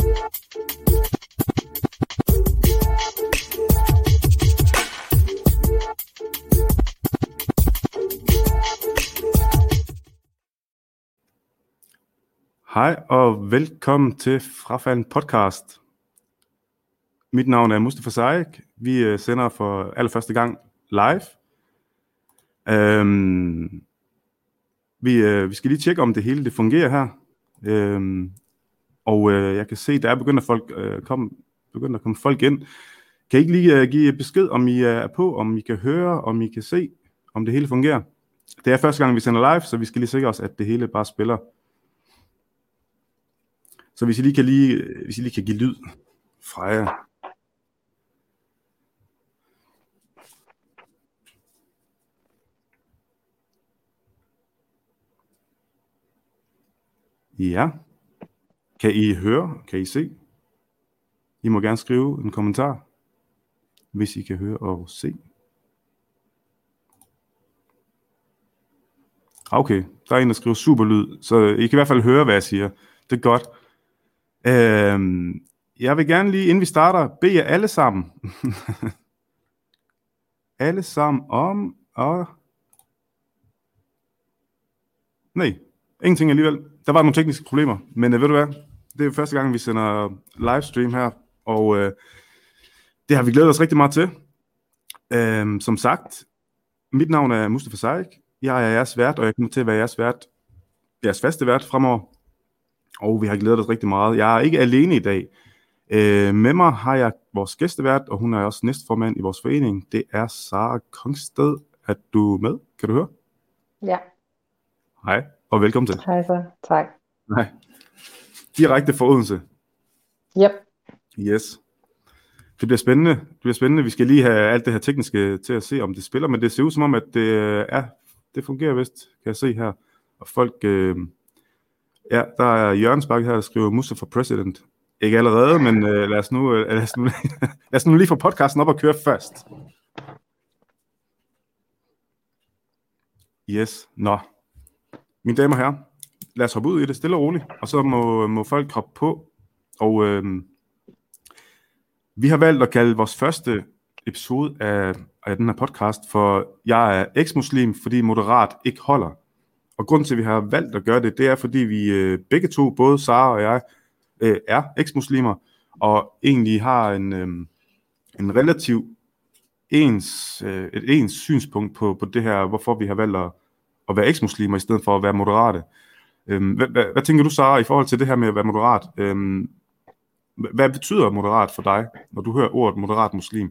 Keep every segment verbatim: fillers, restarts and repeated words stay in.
Hej og velkommen til Frafalden Podcast. Mit navn er Mustafa Saik. Vi sender for allerførste gang live. Øhm, vi, øh, vi skal lige tjekke, om det hele det fungerer her. Øhm, og øh, jeg kan se, der er begyndt at, folk, øh, komme, begyndt at komme folk ind. Kan I ikke lige øh, give besked, om I er på, om I kan høre, om I kan se, om det hele fungerer? Det er første gang, vi sender live, så vi skal lige sikre os, at det hele bare spiller. Så hvis I lige kan, lige, hvis I lige kan give lyd fra jer. Ja. Kan I høre? Kan I se? I må gerne skrive en kommentar, hvis I kan høre og se. Okay, der er en, der skriver super lyd, så I kan i hvert fald høre, hvad jeg siger. Det er godt. Øhm, jeg vil gerne lige, inden vi starter, bede jer alle sammen. alle sammen om og... Nej, ingenting alligevel. Der var nogle tekniske problemer, men uh, ved du hvad? Det er første gang, vi sender livestream her, og uh, det har vi glædet os rigtig meget til. Uh, som sagt, mit navn er Mustafa Saik. Jeg er jeres vært, og jeg kommer til at være jeres vært, jeres faste vært fremover. Og vi har glædet os rigtig meget. Jeg er ikke alene i dag. Uh, med mig har jeg vores gæstevært, og hun er også næstformand i vores forening. Det er Sara Kongsted. Er du med? Kan du høre? Ja. Hej, og velkommen til. Hej så, tak. Nej. Direkte fra Odense. Yep. Yes. Det bliver spændende. Det bliver spændende. Vi skal lige have alt det her tekniske til at se, om det spiller, men det ser ud som om, at det er, det fungerer vist, kan jeg se her. Og folk, øh, ja, der er Jørgen Spark her, der skriver Mustafa for President. Ikke allerede, men øh, lad, os nu, øh, lad, os nu, lad os nu lige få podcasten op og køre først. Yes, nå. Mine damer og herrer, lad os hoppe ud i det stille og roligt, og så må, må folk hoppe på. Og øh, vi har valgt at kalde vores første episode af, af den her podcast for Jeg er eks-muslim, fordi moderat ikke holder. Og grunden til, at vi har valgt at gøre det, det er, fordi vi øh, begge to, både Sara og jeg, øh, er eks-muslimer, og egentlig har en, øh, en relativ ens, øh, et ens synspunkt på, på det her, hvorfor vi har valgt at at være eks-muslimer i stedet for at være moderate. Øhm, hvad, hvad, hvad tænker du, Sara, i forhold til det her med at være moderat? Øhm, hvad betyder moderat for dig, når du hører ordet moderat muslim?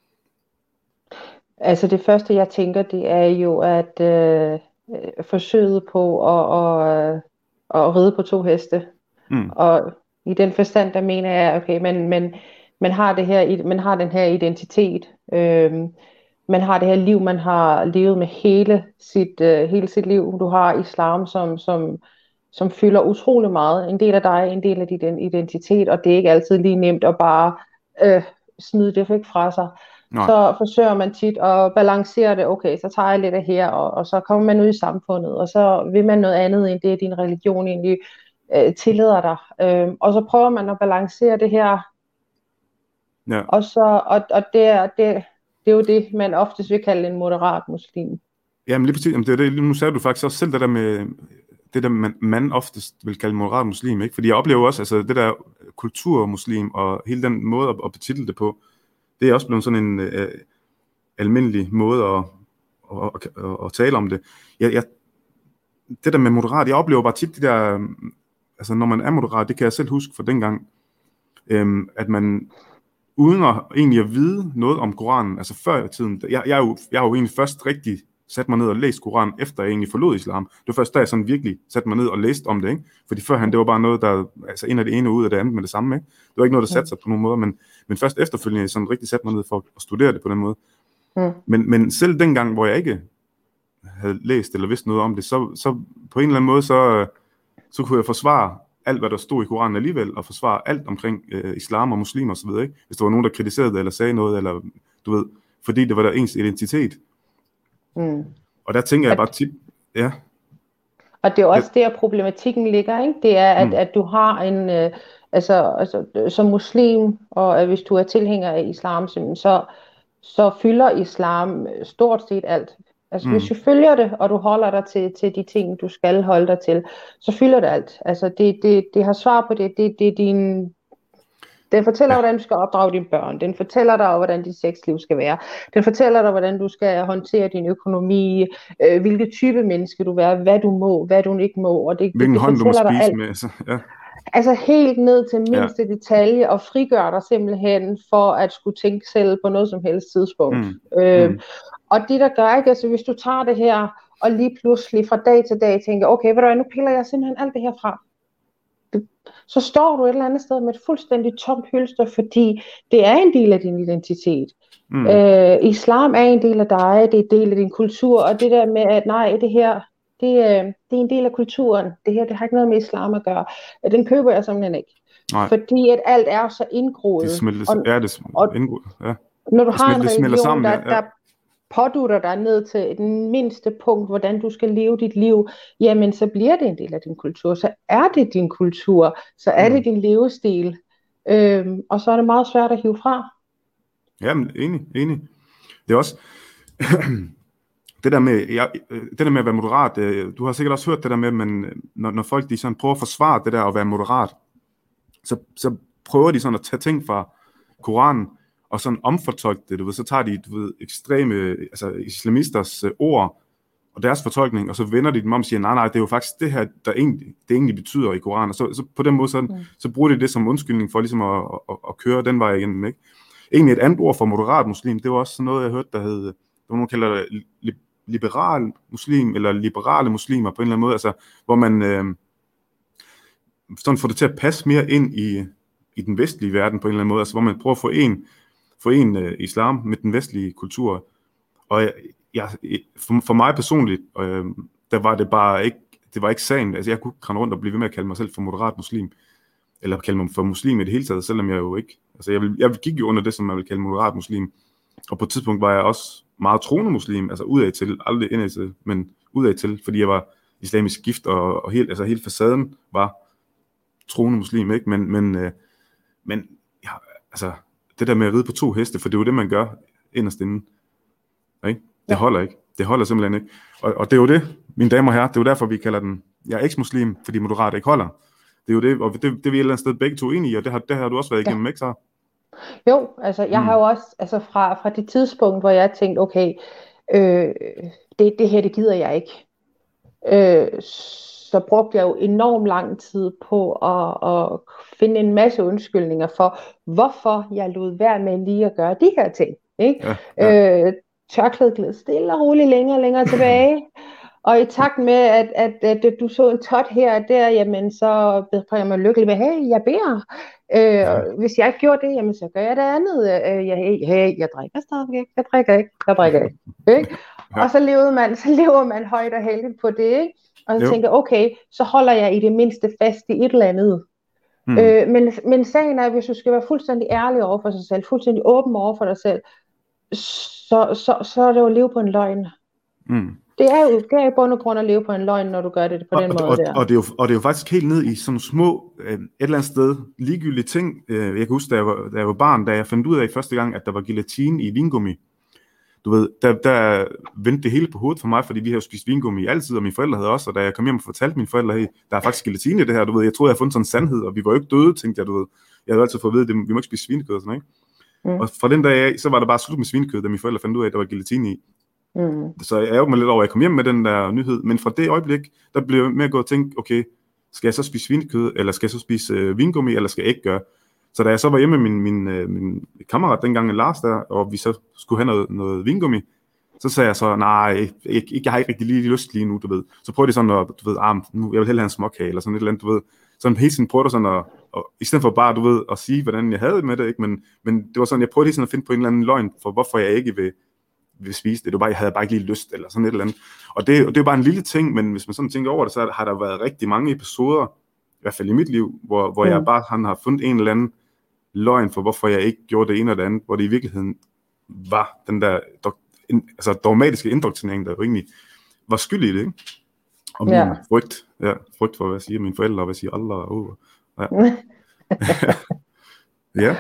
Altså det første, jeg tænker, det er jo, at øh, forsøget på at, at, at ride på to heste. Mm. Og i den forstand, der mener jeg, okay, men, men man har det her, man har den her identitet. Øhm, Man har det her liv, man har levet med hele sit, uh, hele sit liv. Du har islam, som, som, som fylder utrolig meget. En del af dig, en del af din identitet, og det er ikke altid lige nemt at bare øh, smide det væk fra sig. Nej. Så forsøger man tit at balancere det. Okay, så tager jeg lidt af her, og, og så kommer man ud i samfundet, og så vil man noget andet, end det din religion egentlig øh, tillader dig. Øh, og så prøver man at balancere det her. Ja. Og, så, og, og det er... Det, Det er jo det, man oftest vil kalde en moderat muslim. Jamen lige præcis, jamen, det er det. Nu sagde du faktisk også selv det der med, det der man, man oftest vil kalde moderat muslim, ikke? Fordi jeg oplever også, altså det der kulturmuslim og hele den måde at, at betitle det på, det er også blevet sådan en øh, almindelig måde at, at, at, at, at tale om det. Jeg, jeg, det der med moderat, jeg oplever bare tit det der, altså når man er moderat, det kan jeg selv huske fra dengang, øh, at man... uden at egentlig at vide noget om Koranen, altså før i tiden, jeg, jeg, er jo, jeg har jo egentlig først rigtig sat mig ned og læst Koranen, efter jeg egentlig forlod islam. Det var først da jeg sådan virkelig satte mig ned og læste om det, ikke? Fordi førhen, det var bare noget, der, altså en af det ene ud af det andet med det samme, ikke? Det var ikke noget, der satte sig på nogen måde, men, men først efterfølgende, sådan rigtig satte mig ned for at studere det på den måde. Mm. Men, men selv dengang, hvor jeg ikke havde læst eller vidst noget om det, så, så på en eller anden måde, så, så kunne jeg forsvare alt, hvad der stod i Koranen alligevel, og forsvare alt omkring øh, islam og muslimer og så videre, ikke? Hvis der var nogen, der kritiserede det, eller sagde noget, eller du ved, fordi det var der ens identitet. Mm. Og der tænker jeg bare tit, ja. Og det er også der problematikken ligger, ikke? Det er, at, mm. at du har en, øh, altså, altså som muslim, og øh, hvis du er tilhænger af islam, så, så fylder islam stort set alt. Altså Mm. hvis du følger det, og du holder dig til, til de ting, du skal holde dig til, så fylder det alt. Altså det, det, det har svar på det, det, det er din... Den fortæller, ja. hvordan du skal opdrage dine børn. Den fortæller dig, hvordan dit sexliv skal være. Den fortæller dig, hvordan du skal håndtere din økonomi, øh, hvilke type menneske du er, hvad du må, hvad du ikke må. Og det, Hvilken det hånd du må spise alt. med. Altså, ja. altså helt ned til mindste ja. detalje, og frigør dig simpelthen for at skulle tænke selv på noget som helst tidspunkt. Mm. Øh, mm. Og det der gør ikke, altså hvis du tager det her, og lige pludselig fra dag til dag tænker, okay, ved du hvad, nu piller jeg simpelthen alt det her fra. Så står du et eller andet sted med et fuldstændig tomt hylster, fordi det er en del af din identitet. Mm. Øh, islam er en del af dig, det er en del af din kultur, og det der med, at nej, det her, det, øh, det er en del af kulturen, det her, det har ikke noget med islam at gøre, den køber jeg simpelthen ikke. Nej. Fordi at alt er så indgroet. Det smeltes, og, ja, det og, indgroet, ja. Når du det har en religion, sammen, der, ja, ja. der pådutter dig ned til den mindste punkt, hvordan du skal leve dit liv, jamen så bliver det en del af din kultur, så er det din kultur, så er mm. det din levestil, øhm, og så er det meget svært at hive fra. Jamen, enig, enig. Det er også, det der med, ja, det der med at være moderat, du har sikkert også hørt det der med, men når, når folk de sådan prøver at forsvare det der at være moderat, så, så prøver de sådan at tage ting fra Koranen, og sådan omfortolke det, du ved, så tager de, du ved, ekstreme, altså islamisters øh, ord, og deres fortolkning, og så vender de dem om og siger, nej, nej, det er jo faktisk det her, der egentlig, det egentlig betyder i Koranen, og så, så på den måde, så, mm. så bruger de det som undskyldning for ligesom at, at, at køre den vej igen, ikke? Egentlig et andet ord for moderat muslim, det var også sådan noget, jeg hørte, der hed, der var nogen, der kalder det li- liberal muslim, eller liberale muslimer på en eller anden måde, altså, hvor man øh, sådan får det til at passe mere ind i, i den vestlige verden på en eller anden måde, altså hvor man prøver at få en forene uh, islam med den vestlige kultur. Og jeg, jeg, for, for mig personligt, øh, der var det bare ikke, det var ikke sagen. Altså jeg kunne ikke rende rundt og blive ved med at kalde mig selv for moderat muslim, eller kalde mig for muslim i det hele taget, selvom jeg jo ikke, altså jeg, vil, jeg gik jo under det, som man vil kalde moderat muslim. Og på et tidspunkt var jeg også meget troende muslim, altså udad til, aldrig indad til, men udad til, fordi jeg var islamisk gift, og, og helt, altså helt facaden var troende muslim, ikke? Men, men, øh, men ja, altså det der med at ride på to heste, for det er jo det, man gør inderst inde. Ikke? Det ja. holder ikke. Det holder simpelthen ikke. Og, og det er jo det, mine damer og herrer, det er jo derfor, vi kalder den, jeg er eks-muslim, fordi moderat ikke holder. Det er jo det, og det, det er vi et eller andet sted begge to enige i, og det har, det har du også været igennem, ja. ikke så? Jo, altså jeg mm. har jo også, altså fra, fra det tidspunkt, hvor jeg tænkte, okay, øh, det, det her, det gider jeg ikke. Øh, så brugte jeg jo enormt lang tid på at, at finde en masse undskyldninger for, hvorfor jeg lod være med lige at gøre de her ting. Ikke? Ja, ja. Øh, tørklædet gled stille og roligt længere og længere tilbage. Og i takt med, at, at, at, at du så en tot her og der, jamen så bliver jeg mig lykkelig med, hey, jeg beder. Øh, ja. Hvis jeg ikke gjorde det, jamen så gør jeg det andet. Øh, jeg, hey, jeg drikker stadigvæk ikke, jeg drikker ikke, jeg drikker ikke. ikke? Ja. Og så lever man, så lever man højt og heldigt på det, ikke? Og så jo. tænker jeg, okay, så holder jeg i det mindste fast i et eller andet. Mm. Øh, men, men sagen er, hvis du skal være fuldstændig ærlig over for sig selv, fuldstændig åben over for dig selv, så, så, så er det jo at leve på en løgn. Mm. Det er jo det er i bund og grund at leve på en løgn, når du gør det på den og, måde og, der. Og det, er jo, og det er jo faktisk helt ned i sådan små, øh, et eller andet sted, ligegyldige ting. Øh, jeg kan huske, da jeg, var, da jeg var barn, da jeg fandt ud af første gang, at der var gelatine i vingummi. Du ved, der, der vendte det hele på hovedet for mig, fordi vi havde jo spist vingummi altid, og mine forældre havde også, og da jeg kom hjem og fortalte mine forældre, hey, der er faktisk gelatine i det her, du ved, jeg troede, jeg havde fundet sådan en sandhed, og vi var jo ikke døde, tænkte jeg, du ved. Jeg havde altid fået at vide, at vi må ikke spise svinekød og sådan, ikke? Mm. Og fra den dag af, så var der bare slut med svinekød, da mine forældre fandt ud af, at der var gelatine i. Mm. Så jeg ærger mig lidt over, at jeg kom hjem med den der nyhed, men fra det øjeblik, der blev jeg med at gå og tænke, okay, skal jeg så spise svinekød, eller skal jeg så spise øh, vingummi, eller skal jeg ikke gøre? Så da jeg så var hjemme med min, min, øh, min kammerat dengang, Lars der, og vi så skulle have noget, noget vingummi, så sagde jeg så, nej, jeg, jeg, jeg har ikke rigtig lige lyst lige nu, du ved. Så prøvede de sådan at, du ved, ah, nu, jeg vil hellere have en småkage, eller sådan et eller andet, du ved. Sådan hele tiden prøvede sådan at, og, i stedet for bare, du ved, at sige, hvordan jeg havde det med det, ikke? Men, men det var sådan, jeg prøvede hele tiden at finde på en eller anden løgn, for hvorfor jeg ikke vil, vil spise det. Det var bare, jeg havde bare ikke lige lyst, eller sådan et eller andet. Og det, og det er jo bare en lille ting, men hvis man sådan tænker over det, så har der været rigtig mange episoder, i hvert fald i mit liv, hvor, hvor mm. jeg bare han har fundet en eller anden løgn for, hvorfor jeg ikke gjorde det ene eller det andet, hvor det i virkeligheden var den der dog, in, altså dogmatiske indoktrinering, der jo egentlig var skyld i det, ikke? Og min ja. frygt, ja, frygt for, hvad siger mine forældre, og hvad siger Allah. Uh, ja. ja.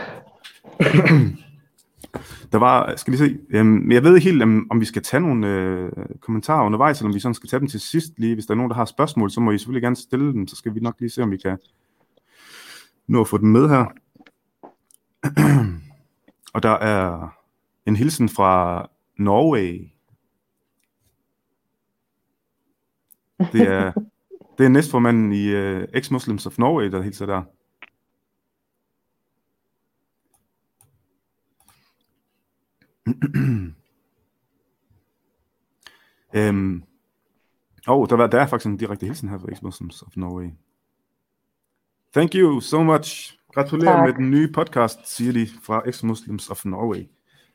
Der var, skal vi se, øhm, jeg ved ikke helt, om, om vi skal tage nogle øh, kommentarer undervejs, eller om vi sådan skal tage dem til sidst lige. Hvis der er nogen, der har spørgsmål, så må I selvfølgelig gerne stille dem, så skal vi nok lige se, om vi kan nå at få dem med her. Og der er en hilsen fra Norge. Det er, det er næstformanden i uh, Ex-Muslims of Norway, der hilser der. um, oh, der, var, der er faktisk en direkte hilsen her fra Ex-Muslims of Norway. Thank you so much. Gratulerer tak. Med den nye podcast, siger de fra Ex-Muslims of Norway.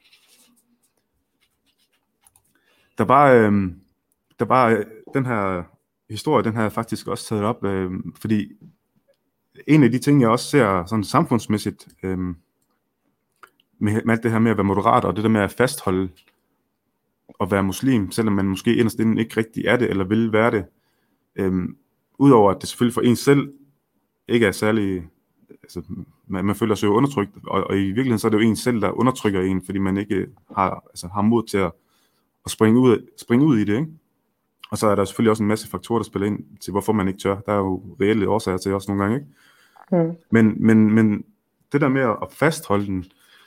Der var, øhm, der var øh, den her historie, den har jeg faktisk også taget op, øh, fordi en af de ting, jeg også ser sådan samfundsmæssigt, øh, med, med alt det her med at være moderat, og det der med at fastholde at være muslim, selvom man måske inderst inden ikke rigtig er det, eller vil være det, øh, udover at det selvfølgelig for en selv ikke er særlig, altså man, man føler sig jo undertrykt, og, og i virkeligheden så er det jo en selv, der undertrykker en, fordi man ikke har, altså, har mod til at, at springe, ud, springe ud i det, ikke? Og så er der selvfølgelig også en masse faktorer, der spiller ind til, hvorfor man ikke tør. Der er jo reelle årsager til også nogle gange, ikke? Mm. Men, men, men det der med at fastholde den,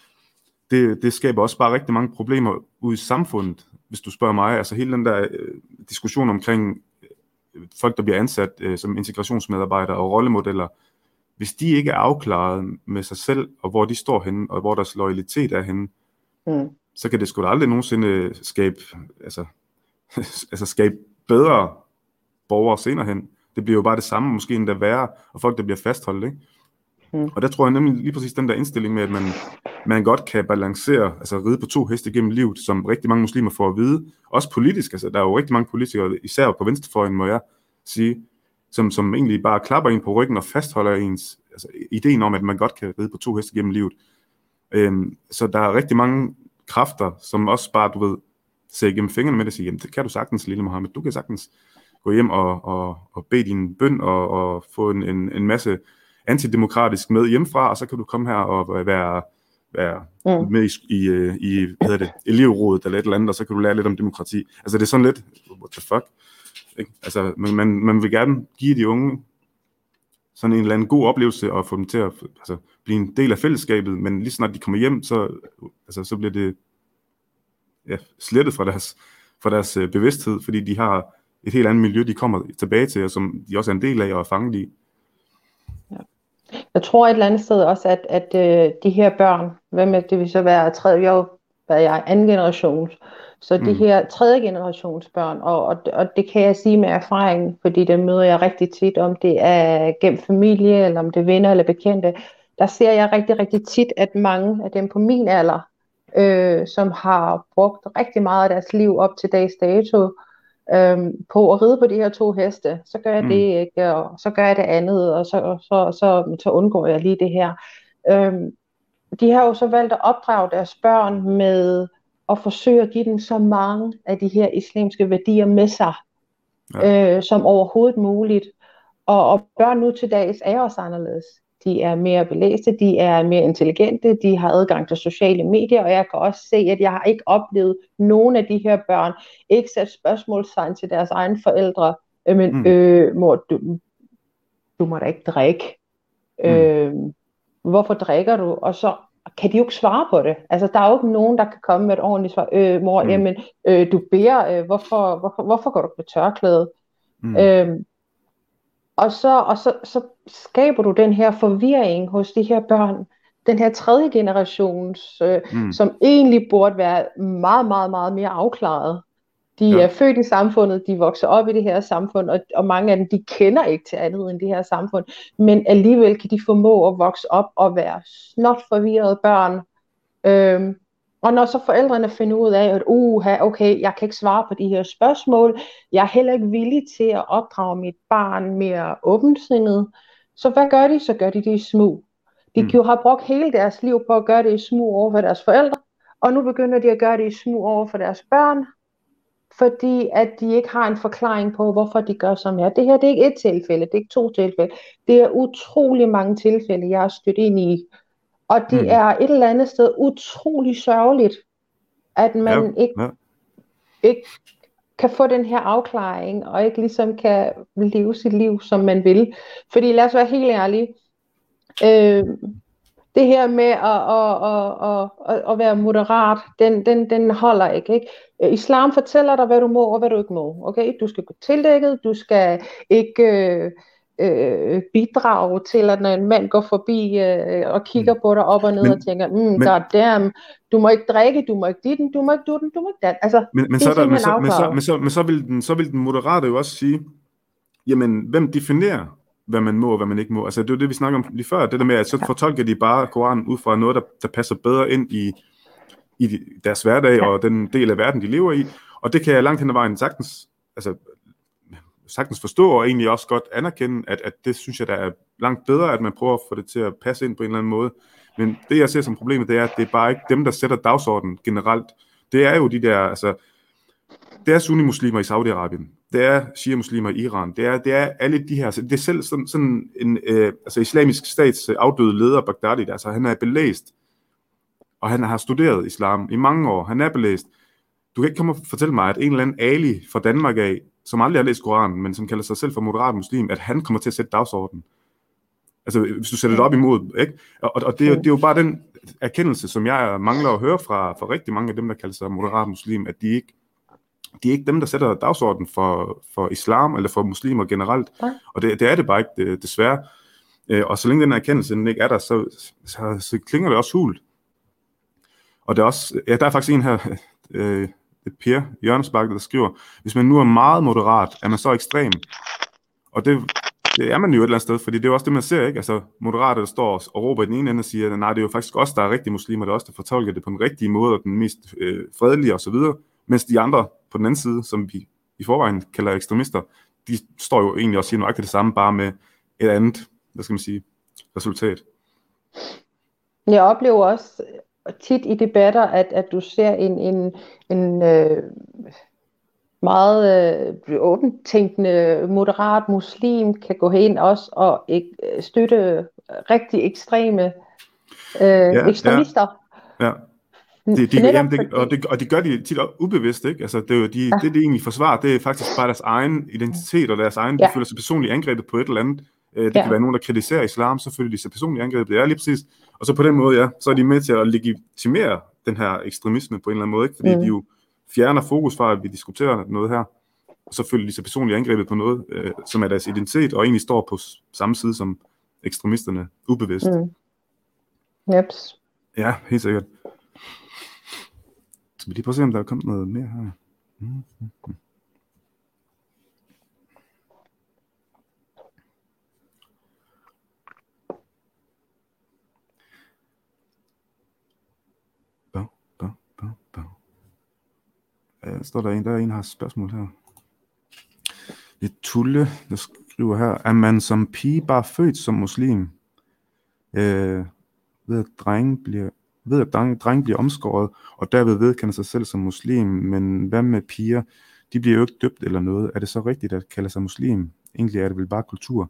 det, det skaber også bare rigtig mange problemer ude i samfundet, hvis du spørger mig. Altså hele den der øh, diskussion omkring øh, folk, der bliver ansat øh, som integrationsmedarbejdere og rollemodeller, hvis de ikke er afklaret med sig selv, og hvor de står henne, og hvor deres loyalitet er henne, mm. så kan det sgu da aldrig nogensinde skabe, altså, altså skabe bedre borgere senere hen. Det bliver jo bare det samme, måske endda værre, og folk, der bliver fastholdt, ikke? Mm. Og der tror jeg nemlig lige præcis den der indstilling med, at man, man godt kan balancere, altså ride på to heste gennem livet, som rigtig mange muslimer får at vide, også politisk, altså der er jo rigtig mange politikere, især på venstrefløjen, må jeg sige, som, som egentlig bare klapper en på ryggen og fastholder ens, altså ideen om, at man godt kan ride på to heste gennem livet. Øhm, så der er rigtig mange kræfter, som også bare, du ved, ser igennem fingrene med det og siger, jamen det kan du sagtens, lille Mohammed, du kan sagtens gå hjem og, og, og bede din bøn og, og få en, en, en masse antidemokratisk med hjemmefra, og så kan du komme her og være, være mm. med i, i, i hvad hedder det, elevrådet eller et eller andet, og så kan du lære lidt om demokrati. Altså det er sådan lidt, what the fuck? Ikke? Altså man, man, man vil gerne give de unge sådan en eller anden god oplevelse og få dem til at altså, blive en del af fællesskabet, men lige snart de kommer hjem, så, altså, så bliver det ja, slettet fra deres, fra deres øh, bevidsthed, fordi de har et helt andet miljø, de kommer tilbage til, og som de også er en del af og er fanget i. Ja. Jeg tror et eller andet sted også, at, at øh, de her børn, hvad med det vil så være tredje, jeg hvad jeg anden generations, så de mm. her tredje generations børn, og, og, og det kan jeg sige med erfaring, fordi det møder jeg rigtig tit, om det er gennem familie, eller om det er venner eller bekendte, der ser jeg rigtig, rigtig tit, at mange af dem på min alder, øh, som har brugt rigtig meget af deres liv op til dags dato, Øhm, på at ride på de her to heste, så gør jeg mm. det ikke, og så gør jeg det andet, og så, så, så, så undgår jeg lige det her. Øhm, de har jo så valgt at opdrage deres børn med at forsøge at give dem så mange af de her islamiske værdier med sig, ja. øh, som overhovedet muligt. Og, og børn nu til dags er også anderledes. De er mere belæste, de er mere intelligente, de har adgang til sociale medier, og jeg kan også se, at jeg har ikke oplevet nogen af de her børn ikke sætte spørgsmålstegn til deres egne forældre, øh, men mm. øh, mor, du, du må da ikke drikke. Mm. Øh, hvorfor drikker du? Og så kan de jo ikke svare på det. Altså, der er jo ikke nogen, der kan komme med et ordentligt svar. Øh, mor, mm. jamen, øh, du beder, øh, hvorfor, hvorfor, hvorfor går du på tørklæde? Mm. Øh, Og, så, og så, så skaber du den her forvirring hos de her børn, den her tredje generations, øh, mm. som egentlig burde være meget, meget, meget mere afklaret. De ja. er født i samfundet, de vokser op i det her samfund, og, og mange af dem, de kender ikke til andet end det her samfund, men alligevel kan de formå at vokse op og være snot forvirrede børn. Øhm, Og når så forældrene finder ud af, at uha, okay, jeg kan ikke svare på de her spørgsmål, jeg er heller ikke villig til at opdrage mit barn mere åbensindet, så hvad gør de? Så gør de det i smug. De mm. har brugt hele deres liv på at gøre det i smug over for deres forældre, og nu begynder de at gøre det i smug over for deres børn. fordi at de ikke har en forklaring på, hvorfor de gør som her. Det her det er ikke et tilfælde, det er ikke to tilfælde. Det er utrolig mange tilfælde, jeg har stødt ind i. Og det mm. er et eller andet sted utrolig sørgeligt, at man ja, ikke, ja. ikke kan få den her afklaring, og ikke ligesom kan leve sit liv, som man vil. Fordi lad os være helt ærlige, øh, det her med at, at, at, at, at være moderat, den, den, den holder ikke, ikke. Islam fortæller dig, hvad du må og hvad du ikke må. Okay? Du skal gå tildækket, du skal ikke øh, øh, bidrage til, at når en mand går forbi øh, og kigger på dig op og ned men, og tænker, mm, men, goddamn, du må ikke drikke, du må ikke dit, du må ikke du den, du må ikke den. Altså, men, men, det er så, der, men, så, men, så, men, så, men så vil den, så vil den moderate jo også sige, jamen, hvem definerer hvad man må og hvad man ikke må. Altså det er jo det, vi snakker om lige før, det der med, at så fortolker de bare Koranen ud fra noget, der, der passer bedre ind i, i deres hverdag ja. Og den del af verden, de lever i. Og det kan jeg langt hen ad vejen sagtens, altså, sagtens forstå, og egentlig også godt anerkende, at, at det synes jeg, der er langt bedre, at man prøver at få det til at passe ind på en eller anden måde. Men det, jeg ser som problemet, det er, at det er bare ikke dem, der sætter dagsordenen generelt. Det er jo de der, altså, det er sunni-muslimer i Saudi-Arabien, det er shia-muslimer i Iran, det er, det er alle de her, altså, det er selv sådan, sådan en øh, altså islamisk stats afdøde leder, Baghdadi, altså han er belæst, og han har studeret islam i mange år, han er belæst. Du kan ikke komme og fortælle mig, at en eller anden Ali fra Danmark af, som aldrig har læst Koranen, men som kalder sig selv for moderat muslim, at han kommer til at sætte dagsordenen. Altså hvis du sætter det op imod, ikke? Og, og det, er jo, det er jo bare den erkendelse, som jeg mangler at høre fra, fra rigtig mange af dem, der kalder sig moderat muslim, at de ikke de er ikke dem, der sætter dagsordenen for, for islam eller for muslimer generelt. Ja. Og det, det er det bare ikke, det, desværre. Øh, og så længe den erkendelse den ikke er der, så, så, så klinger det også hult. Og der er, også, ja, der er faktisk en her, øh, et Per Jørgensbakke, der skriver, hvis man nu er meget moderat, er man så ekstrem? Og det, det er man jo et eller andet sted, fordi det er jo også det, man ser, ikke? Altså moderate, der står og råber i den ene ende og siger, nej, det er jo faktisk også der er rigtige muslimer, der er også der fortolker det på den rigtige måde, og den mest øh, fredelige osv., mens de andre på den anden side, som vi i forvejen kalder ekstremister, de står jo egentlig og siger nøjagtigt det samme, bare med et andet, hvad skal man sige, resultat. Jeg oplever også tit i debatter, at, at du ser en, en, en øh, meget øh, åbentænkende, moderat muslim kan gå hen også og ek, støtte rigtig ekstreme øh, ja, ekstremister. Ja, ja. Det, de, jamen, det, og, det, og de gør det tit ubevidst, ikke? Altså, det, er jo de, ja. det, de egentlig forsvarer, det er faktisk bare deres egen identitet og deres egen, ja. De føler sig personligt angrebet på et eller andet. Det ja. Kan være nogen, der kritiserer islam, så føler de sig personligt angrebet. Det er lige præcis. Og så på den måde, ja, så er de med til at legitimere den her ekstremisme på en eller anden måde, ikke? Fordi mm. de jo fjerner fokus fra, at vi diskuterer noget her, og så føler de sig personligt angrebet på noget, øh, som er deres identitet, og egentlig står på samme side som ekstremisterne, ubevidst. Mm. Yep. Ja, helt sikkert. Så vi lige prøve at se, om der er kommet noget mere her. Mm-hmm. Bå, bå, bå, bå. Ja, står der en, der er en, der har et spørgsmål her. Det er Tulle, der skriver her, er man som pige bare født som muslim? Øh, ved at drenge bliver ved at drenge, drenge bliver omskåret, og derved vedkender sig selv som muslim, men hvad med piger? De bliver jo ikke døbt eller noget. Er det så rigtigt at kalde sig muslim? Egentlig er det vel bare kultur.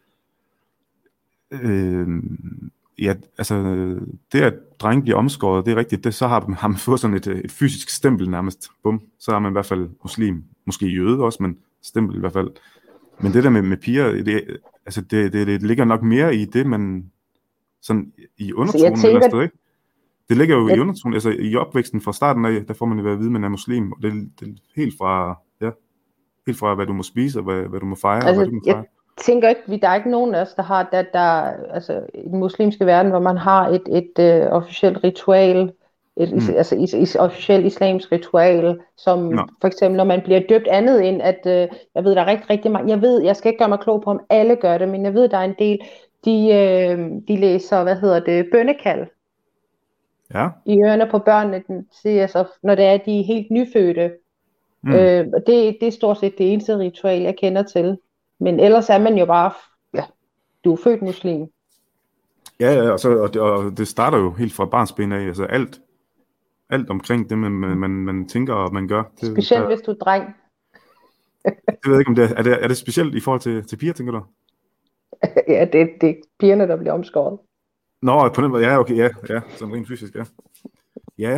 Øh, ja, altså, det at drenge bliver omskåret, det er rigtigt. Det, så har man, har man fået sådan et, et fysisk stempel nærmest. Bum, så er man i hvert fald muslim. Måske jøde også, men stempel i hvert fald. Men det der med, med piger, det, altså det, det, det ligger nok mere i det, man sådan i undertonen tænker... eller sted, ikke? Det ligger jo ja. I undertonen, altså i opvæksten fra starten af, der får man jo at vide, at man er muslim, og det, det er helt fra, ja, helt fra, hvad du må spise, og hvad, hvad du må fejre, altså, og hvad du må fejre. Jeg tænker ikke, der er ikke nogen af os, der har, der, der, altså i den muslimske verden, hvor man har et, et uh, officielt ritual, et, mm. altså et, et officielt islamisk ritual, som no. for eksempel, når man bliver døbt andet end, at, uh, jeg ved, der er rigtig, rigtig mange, jeg ved, jeg skal ikke gøre mig klog på, om alle gør det, men jeg ved, der er en del, de, uh, de læser, hvad hedder det, bønnekald. Ja. I ørerne på børnene, altså, når det er, de er helt nyfødte. Mm. Øh, det, det er stort set det eneste ritual, jeg kender til. Men ellers er man jo bare, ja, du er født muslim. Ja, ja, og, så, og, det, og det starter jo helt fra barnsben af, altså alt, alt omkring det, man, man, man tænker og man gør. Det, Specielt der, hvis du er dreng. det ved jeg ikke, om det er, er det, er det specielt i forhold til, til piger, tænker du? Ja, det, det er pigerne, der bliver omskåret. Nå, på den måde, ja, okay, ja, ja, sådan rent fysisk, ja. Ja.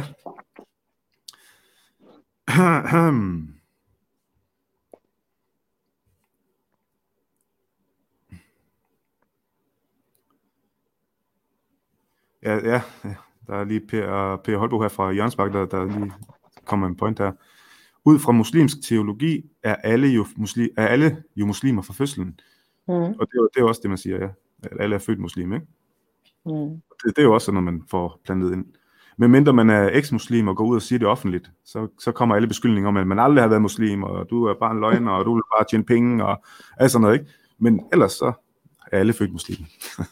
Ja, ja, der er lige Per, Per Holbo her fra Jørgensbak, der, der lige kommer en point her. Ud fra muslimsk teologi er alle jo, muslim, er alle jo muslimer fra fødslen. Mm. Og det er, jo, det er også det, man siger, ja. At alle er født muslim, ikke? Mm. Det, det er jo også sådan, når man får plantet ind. Men mindre man er eks-muslim og går ud og siger det offentligt, så, så kommer alle beskyldninger om, at man aldrig har været muslim, og du er bare en løgner, og du vil bare tjene penge, og alt sådan noget, ikke? Men ellers så er alle født muslimer.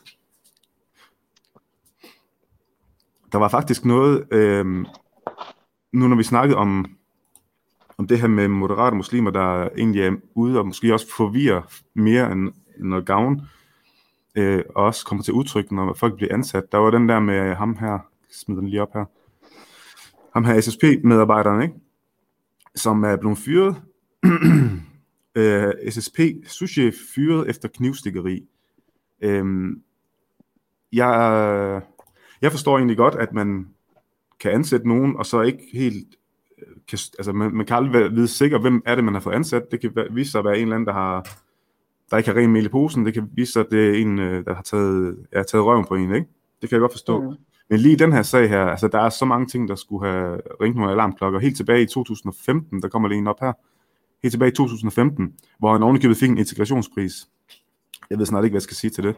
Der var faktisk noget, øh, nu når vi snakkede om, om det her med moderate muslimer, der egentlig er ude og måske også forvirrer mere end, end noget gavn, øh, og også kommer til udtryk, når folk bliver ansat. Der var den der med ham her, smider den lige op her, ham her S S P-medarbejderen, ikke? Som er blevet fyret. øh, S S P souschef fyret efter knivstikkeri. Øh, jeg, jeg forstår egentlig godt, at man kan ansætte nogen, og så ikke helt kan, altså man, man kan aldrig vide sikkert, hvem er det, man har fået ansat. Det kan vise sig at være en eller anden, der har der ikke har ren mel i posen. Det kan vise sig, at det er en, der har taget, ja, taget røven på en, ikke? Det kan jeg godt forstå. Mm. Men lige i den her sag her, altså der er så mange ting, der skulle have ringt nogle alarmklokker. Helt tilbage i to tusind og femten, der kommer lige en op her. Helt tilbage i to tusind og femten, hvor han ovenikøbet fik en integrationspris. Jeg ved snart ikke, hvad jeg skal sige til det.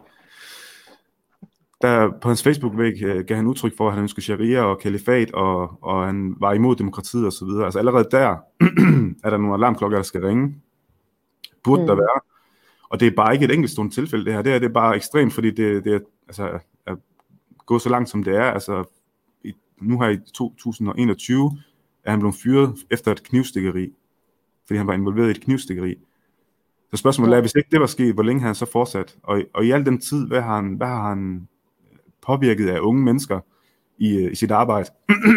Der på hans Facebook-væg øh, gav han udtryk for, at han ønskede sharia og kalifat, og, og han var imod demokratiet og så videre. Altså allerede der er der nogle alarmklokker, der skal ringe. Burde mm. der være. Og det er bare ikke et enkeltstående tilfælde, det her. Det her det er bare ekstremt, fordi det, det er, altså, er gået så langt, som det er. Altså, i, nu her i to tusind og enogtyve er han blevet fyret efter et knivstikkeri, fordi han var involveret i et knivstikkeri. Så spørgsmålet er, hvis ikke det var sket, hvor længe har han så fortsat? Og, og i al den tid, hvad har han, hvad har han påvirket af unge mennesker i, i sit arbejde?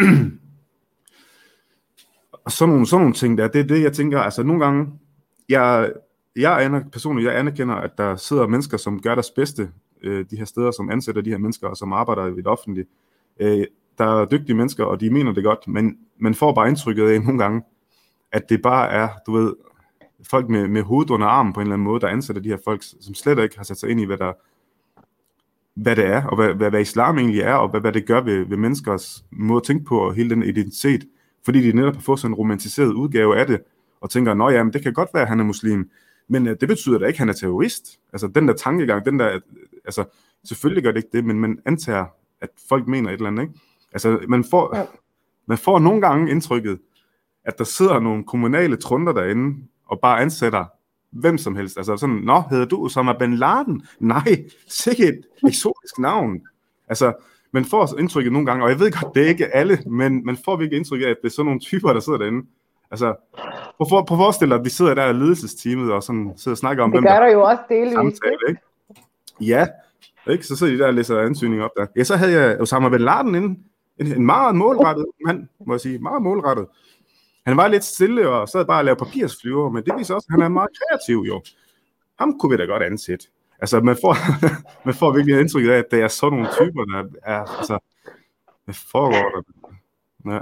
Og sådan nogle, sådan nogle ting der, det er det, jeg tænker, altså nogle gange, jeg, jeg anerkender, personligt, jeg anerkender, at der sidder mennesker, som gør deres bedste, øh, de her steder, som ansætter de her mennesker, og som arbejder i det offentlige. Øh, der er dygtige mennesker, og de mener det godt, men man får bare indtrykket af nogle gange, at det bare er, du ved, folk med, med hovedet under armen på en eller anden måde, der ansætter de her folk, som slet ikke har sat sig ind i, hvad, der, hvad det er, og hvad, hvad, hvad islam egentlig er, og hvad, hvad det gør ved, ved menneskers måde at tænke på, og hele den identitet, fordi de netop har fået sådan en romantiseret udgave af det, og tænker, nå ja, men det kan godt være, at han er muslim, men uh, det betyder da ikke, at han er terrorist. Altså den der tankegang, den der, altså selvfølgelig gør det ikke det, men man antager, at folk mener et eller andet, ikke? Altså man får, ja. man får nogle gange indtrykket, at der sidder nogle kommunale trunder derinde, og bare ansætter hvem som helst. Altså sådan, nå, hedder du Osama bin Laden? Nej, sikkert et eksotisk navn. Altså, man får indtrykket nogle gange, og jeg ved godt, det er ikke alle, men man får virkelig indtrykket af, at det er sådan nogle typer, der sidder derinde. Altså, prøv at forestille dig, at vi sidder der i ledelsesteamet, og sådan sidder og snakker om, det hvem der gør der jo også delvis, samtale, ikke? Ja, ikke? Så sidder de der og læser ansøgninger op der. Ja, så havde jeg Osama bin Laden inde. En, en meget målrettet mand, må jeg sige. Meget målrettet. Han var lidt stille og sad bare og lavede papirsflyver, men det viser også, at han er meget kreativ jo. Ham kunne vi da godt ansætte. Altså, man får, man får virkelig indtrykket af, at det er sådan nogle typer, der er, altså, hvad foregår der? Ja.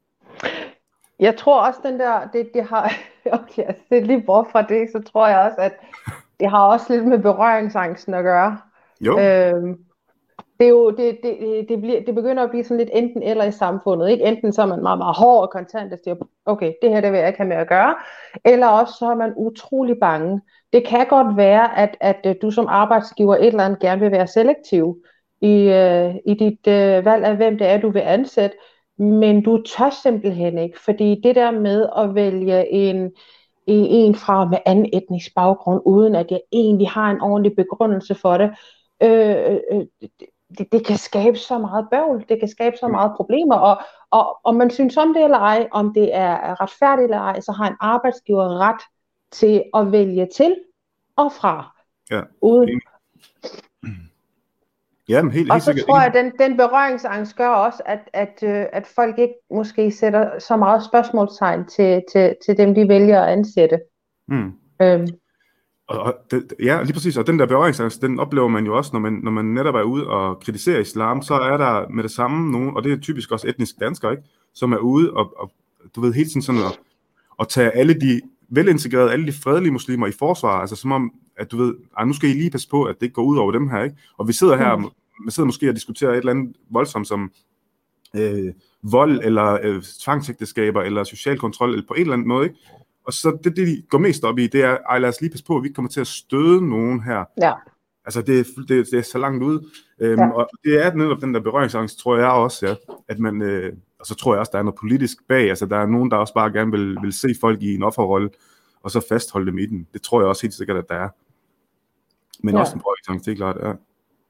Jeg tror også, den der, det, det har, okay, altså, det er lige bort fra det, så tror jeg også, at det har også lidt med berøringsangsten at gøre. Jo. Øhm, Det, er jo, det, det, det, bliver, det begynder at blive sådan lidt enten eller i samfundet. Ikke? Enten så er man meget, meget hård og kontant og siger, okay, det her det vil jeg ikke have med at gøre. Eller også så er man utrolig bange. Det kan godt være, at, at du som arbejdsgiver et eller andet gerne vil være selektiv i, uh, i dit uh, valg af, hvem det er, du vil ansætte. Men du tør simpelthen ikke. Fordi det der med at vælge en, en fra med anden etnisk baggrund, uden at jeg egentlig har en ordentlig begrundelse for det, øh, øh, Det, det kan skabe så meget bøvl, det kan skabe så meget problemer, og, og om man synes om det eller ej, om det er retfærdigt eller ej, så har en arbejdsgiver ret til at vælge til og fra. Ja. Uden. Ja, men helt, Og helt så sikkert. tror jeg, at den, den berøringsangst gør også, at, at, øh, at folk ikke måske sætter så meget spørgsmålstegn til, til, til dem, de vælger at ansætte. Mm. Øhm. Og, og det, ja, lige præcis. Og den der berøringsangst, den oplever man jo også, når man, når man netop er ude og kritiserer islam, så er der med det samme nogen, og det er typisk også etniske danskere, ikke, som er ude og, og du ved, helt sådan sådan at, at tage alle de velintegrerede, alle de fredelige muslimer i forsvar, altså som om, at du ved, nu skal I lige passe på, at det ikke går ud over dem her, ikke? Og vi sidder her, mm. vi sidder måske og diskuterer et eller andet voldsomt som øh, vold, eller øh, tvangsægteskaber, eller social kontrol, eller på en eller anden måde, ikke? Og så det, det de går mest op i, det er, ej, lad os lige passe på, at vi ikke kommer til at støde nogen her. Ja. Altså, det, det, det er så langt ude. Øhm, ja. Og det er netop den der berøringsangst, tror jeg også, ja. At man, øh, og så tror jeg også, der er noget politisk bag. Altså, der er nogen, der også bare gerne vil, vil se folk i en offerrolle, og så fastholde dem i den. Det tror jeg også helt sikkert, at der er. Men ja. Også en berøringsangst, det er klart, ja.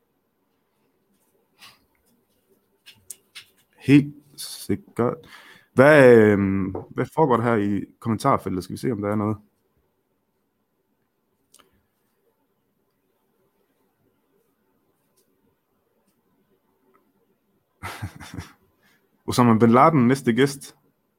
Helt sikkert. Hvad, øh, hvad foregår der her i kommentarfeltet? Skal vi se, om der er noget? Osama Bin Laden, næste gæst.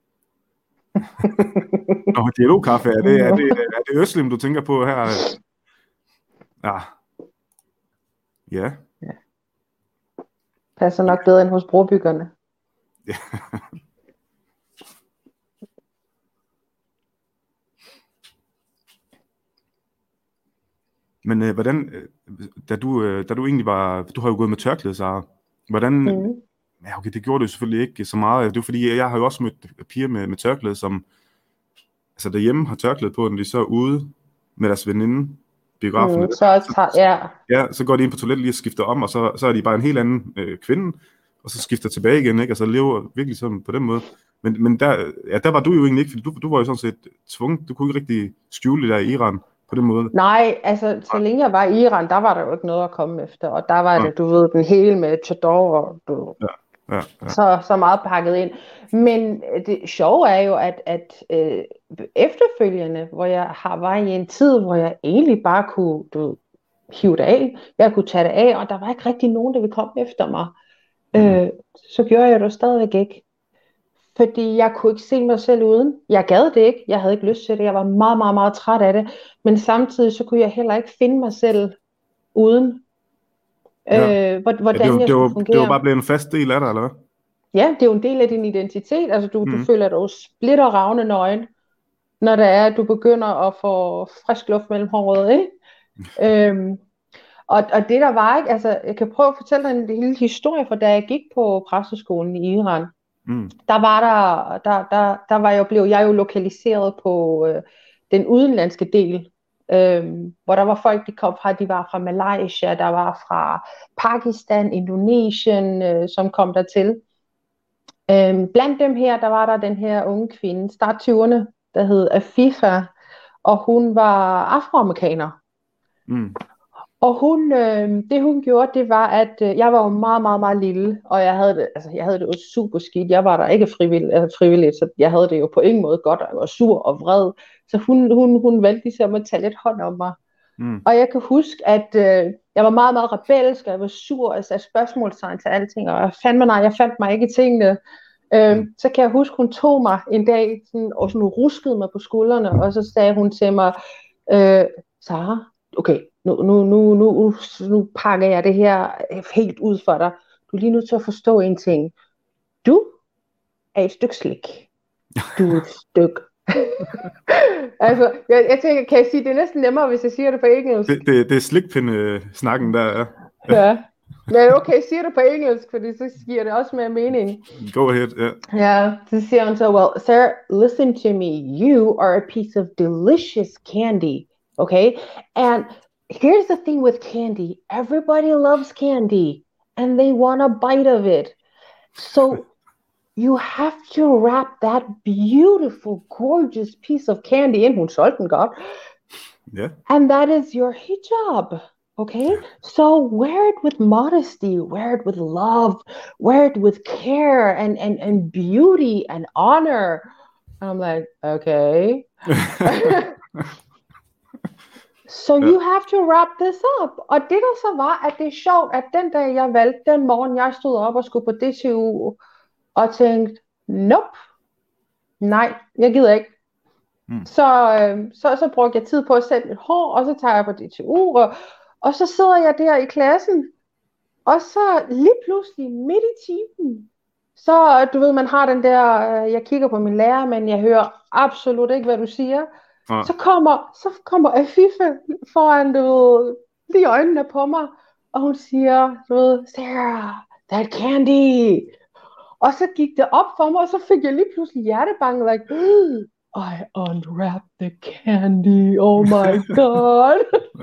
Nå, dialogkaffe, er det, er det, er det Øslim, du tænker på her? Ja. Ja. Ja. Passer nok bedre end hos brobyggerne. Ja. Men øh, hvordan, øh, da, du, øh, da du egentlig var, du har jo gået med tørklæde, Sara, hvordan, mm. ja okay, det gjorde du selvfølgelig ikke så meget, det er fordi, jeg har jo også mødt piger med, med tørklæde, som altså derhjemme har tørklæde på, når de så er ude med deres veninde, biografen, mm, så, så, ja. ja, så går de ind på toilettet lige og skifter om, og så, så er de bare en helt anden øh, kvinde, og så skifter tilbage igen, ikke? Og så lever virkelig sådan på den måde. Men, men der, ja, der var du jo egentlig ikke, fordi du, du var jo sådan set tvunget, du kunne ikke rigtig skjule det der i Iran på den måde. Nej, altså så længe jeg var i Iran, der var der jo ikke noget at komme efter, og der var ja. det, du ved, den hele med chador, og du, ja, ja, ja. Så, så meget pakket ind. Men det sjove er jo, at, at øh, efterfølgende, hvor jeg har var i en tid, hvor jeg egentlig bare kunne du, hive det af, jeg kunne tage det af, og der var ikke rigtig nogen, der ville komme efter mig. Mm. Øh, så gjorde jeg det stadigvæk ikke. Fordi jeg kunne ikke se mig selv uden. Jeg gad det ikke. Jeg havde ikke lyst til det. Jeg var meget, meget, meget træt af det. Men samtidig så kunne jeg heller ikke finde mig selv uden. Ja. Øh, hvordan ja, det var, jeg det var, skulle fungere. Det var bare blevet en fast del af dig, eller hvad? Ja, det er jo en del af din identitet. Altså du, mm. du føler dig jo splitter ravne nøgen, når det er, at du begynder at få frisk luft mellem håret, ikke? øhm, og, og det der var, ikke, altså jeg kan prøve at fortælle dig en lille historie, for da jeg gik på præsteskolen i Iran, mm. der var der, der, der, der var jeg, blev jeg jo lokaliseret på øh, den udenlandske del, øhm, hvor der var folk, de kom fra, de var fra Malaysia, der var fra Pakistan, Indonesien, øh, som kom dertil. Øhm, blandt dem her, der var der den her unge kvinde, start tyverne, der hed Afifa, og hun var afroamerikaner. Mm. Og hun, øh, det hun gjorde, det var, at øh, jeg var jo meget, meget, meget lille, og jeg havde det, altså, jeg havde det jo super skidt. Jeg var der ikke frivillig, altså, frivilligt, så jeg havde det jo på ingen måde godt, og jeg var sur og vred. Så hun, hun, hun valgte ligesom at tage lidt hånd om mig. Mm. Og jeg kan huske, at øh, jeg var meget, meget rebelsk, og jeg var sur, og jeg satte spørgsmålstegn til alting, og jeg fandt mig, nej, jeg fandt mig ikke i tingene. Øhm, mm. Så kan jeg huske, hun tog mig en dag, sådan, og sådan ruskede mig på skuldrene, og så sagde hun til mig, øh, Sara, okay, nu, nu, nu, nu, nu pakker jeg det her helt ud for dig. Du er lige nødt til at forstå en ting. Du er et stykke slik. Du er et stykke. altså, jeg, jeg tænker, kan jeg sige, det er næsten nemmere, hvis jeg siger det på engelsk. Det, det, det er slikpinde-snakken, der er. Ja. Men okay, siger det på engelsk, fordi så giver det også mere mening. Go ahead, yeah. Ja, så siger hun så, well, sir, listen to me. You are a piece of delicious candy, okay? And here's the thing with candy. Everybody loves candy, and they want a bite of it. So you have to wrap that beautiful, gorgeous piece of candy in. Hun solgte den godt. Yeah. And that is your hijab. Okay, so wear it with modesty, wear it with love, wear it with care and, and, and beauty and honor. And I'm like, okay. So you have to wrap this up. Og det der så var, at det er sjovt, at den dag jeg valgte, den morgen jeg stod op og skulle på D T U, og tænkte, nope, nej, jeg gider ikke. Mm. Så, øh, så, så brugte jeg tid på at sætte mit hår, og så tager jeg på D T U, og, og så sidder jeg der i klassen, og så lige pludselig midt i timen, så du ved, man har den der, øh, jeg kigger på min lærer, men jeg hører absolut ikke, hvad du siger. Ah. Så kommer, så kommer Afife foran, du ved, lige øjnene på mig, og hun siger, du ved, Sarah, that candy. Og så gik det op for mig, og så fik jeg lige pludselig hjertebanken, like, I unwrapped the candy, oh my god.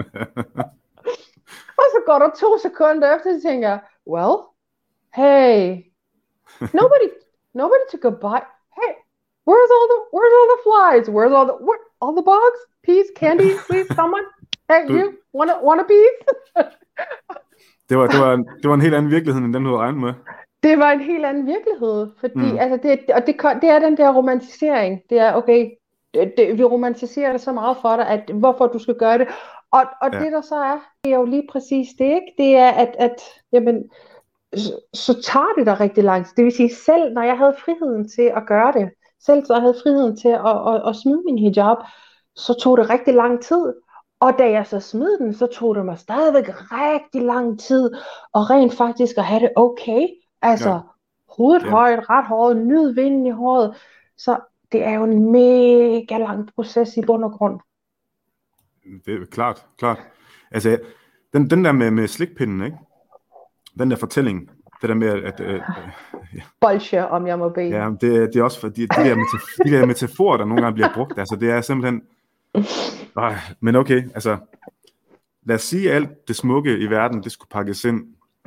Og så går der to sekunder efter, så tænker jeg, well, hey, nobody, nobody took a bite. Hey, where's all the, where's all the flies? Where's all the, where, all the bugs? Peace, candy, please, someone. Hey, du... you, want a, want a piece? det, var, det, var en, det var en helt anden virkelighed, end den, du havde regnet med. Det var en helt anden virkelighed, fordi mm. altså det, og det, det er den der romantisering. Det er, okay, det, det, vi romantiserer det så meget for dig, at hvorfor du skal gøre det. Og, og ja. det der så er, det er jo lige præcis det, ikke? Det er, at, at jamen, så, så tager det der rigtig langt. Det vil sige, selv når jeg havde friheden til at gøre det, selv når jeg havde friheden til at, at, at, at smide min hijab, så tog det rigtig lang tid. Og da jeg så smed den, så tog det mig stadigvæk rigtig lang tid, og rent faktisk at have det okay. Altså, ja. hovedet ja. højt, ret håret, nyd vinden i håret. Så det er jo en mega lang proces i bund og grund. Det er klart, klart. Altså, den, den der med, med slikpinden, ikke? Den der fortælling, det der med, at... Øh, ja. Bolsje, om jeg må bede. Ja, det, det er også fordi, de der, metaf- de der metaforer, der nogle gange bliver brugt, altså, det er simpelthen... Øh, men okay, altså... Lad os sige, alt det smukke i verden, det skulle pakkes ind.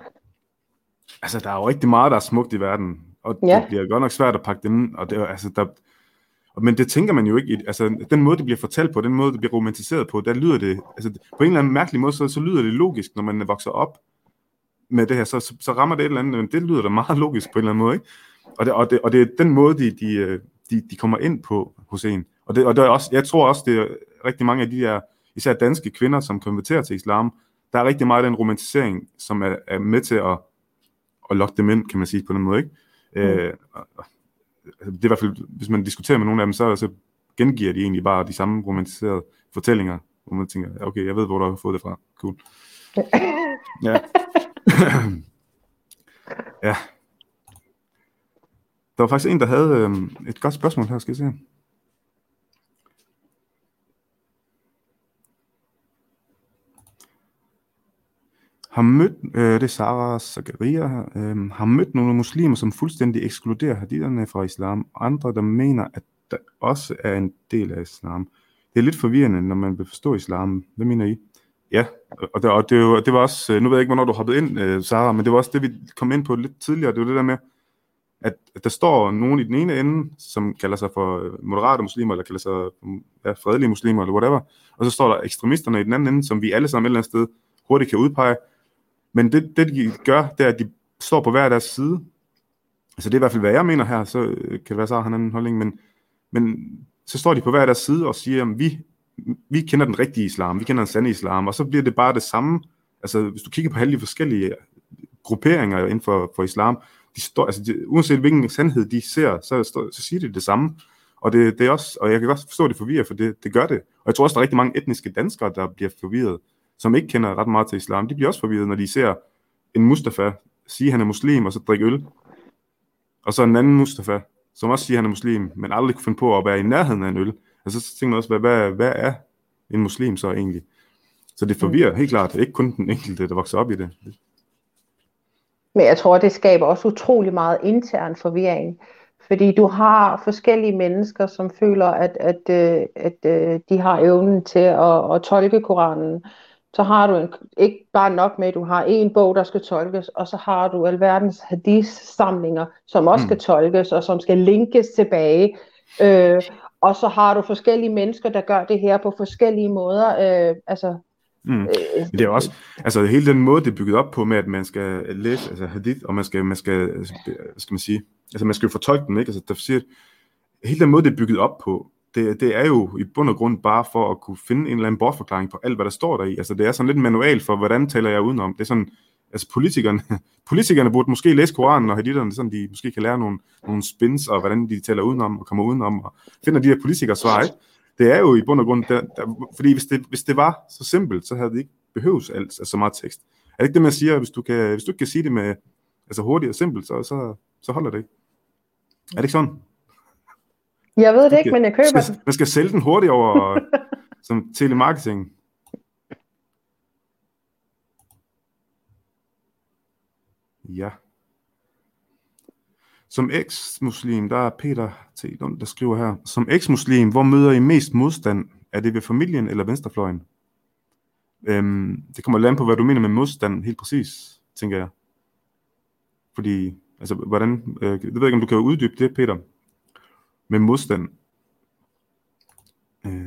Altså, der er jo rigtig meget, der er smukt i verden, og ja. det bliver godt nok svært at pakke det ind, og det er, altså, der... Men det tænker man jo ikke, altså den måde det bliver fortalt på, den måde det bliver romantiseret på, der lyder det, altså på en eller anden mærkelig måde, så, så lyder det logisk, når man vokser op med det her, så, så, så rammer det et eller andet, men det lyder da meget logisk på en eller anden måde, ikke? Og det, og det, og det er den måde, de, de, de, de kommer ind på hos en. Og, det, og det er også, jeg tror også, det er rigtig mange af de der, især danske kvinder, som konverterer til islam, der er rigtig meget af den romantisering, som er, er med til at, at lokke dem ind, kan man sige på den måde, ikke? Mm. Øh, det er i hvert fald, hvis man diskuterer med nogle af dem, så, så gengiver de egentlig bare de samme romantiserede fortællinger, hvor man tænker, okay, jeg ved, hvor du har fået det fra. Cool. Ja. Ja. Der var faktisk en, der havde øhm, et godt spørgsmål her, skal jeg se. Har mødt, øh, det er Sarah Zakaria her, øh, har mødt nogle muslimer, som fuldstændig ekskluderer haditherne fra islam, og andre, der mener, at der også er en del af islam. Det er lidt forvirrende, når man vil forstå islam. Hvad mener I? Ja, og det, og det, og det var også, nu ved jeg ikke, hvornår du hoppede ind, øh, Sarah, men det var også det, vi kom ind på lidt tidligere, det var det der med, at, at der står nogen i den ene ende, som kalder sig for moderate muslimer, eller kalder sig ja, fredelige muslimer, eller whatever, og så står der ekstremisterne i den anden ende, som vi alle sammen et eller andet sted hurtigt kan udpege. Men det, det de gør, det er, at de står på hver deres side. Altså det er i hvert fald, hvad jeg mener her, så kan det være, så har han en holdning, men, men så står de på hver deres side og siger, at vi, vi kender den rigtige islam, vi kender den sande islam, og så bliver det bare det samme. Altså hvis du kigger på alle de forskellige grupperinger inden for, for islam, de står, altså de, uanset hvilken sandhed de ser, så, så, så siger de det samme. Og, det, det er også, og jeg kan godt forstå, at det forvirrer, for det, det gør det. Og jeg tror også, der er rigtig mange etniske danskere, der bliver forvirret, som ikke kender ret meget til islam. De bliver også forvirret, når de ser en Mustafa sige, at han er muslim, og så drikke øl. Og så en anden Mustafa, som også siger, at han er muslim, men aldrig kunne finde på at være i nærheden af en øl. Altså så tænker man også, hvad, hvad, hvad er en muslim så egentlig? Så det forvirrer helt klart. Ikke kun den enkelte, der vokser op i det. Men jeg tror, det skaber også utrolig meget intern forvirring. Fordi du har forskellige mennesker, som føler, at, at, at, at de har evnen til at, at tolke Koranen. Så har du en, ikke bare nok med, at du har en bog, der skal tolkes, og så har du alverdens hadith-samlinger, som også mm. skal tolkes, og som skal linkes tilbage. Øh, og så har du forskellige mennesker, der gør det her på forskellige måder. Øh, altså, mm. øh, det er også, altså hele den måde, det er bygget op på, med at man skal læse altså hadith, og man skal, man skal, skal man sige, altså man skal jo fortolke den, ikke? Altså, der siger, hele den måde, det er bygget op på, det, det er jo i bund og grund bare for at kunne finde en eller anden bortforklaring på alt, hvad der står der i. Altså det er sådan lidt en manual for, hvordan taler jeg udenom. Det er sådan, altså politikerne, politikerne burde måske læse Koranen og haditterne, sådan de måske kan lære nogle, nogle spins, og hvordan de taler udenom og kommer udenom, og finder de her politikers svar, ikke? Det er jo i bund og grund, der, der, fordi hvis det, hvis det var så simpelt, så havde det ikke behøves alt, altså så meget tekst. Er det ikke det, man siger, hvis du, kan, hvis du ikke kan sige det med altså hurtigt og simpelt, så, så, så holder det ikke. Er det ikke sådan? Jeg ved det ikke, men jeg køber skal, den. Man skal sælge den hurtigt over som telemarketing. Ja. Som eks-muslim, der er Peter T. Lund, der skriver her. Som eks-muslim, hvor møder I mest modstand? Er det ved familien eller venstrefløjen? Øhm, det kommer lidt an på, hvad du mener med modstand, helt præcis, tænker jeg. Fordi, altså, hvordan, øh, jeg ved ikke, om du kan uddybe det, Peter, med modstand. Øh,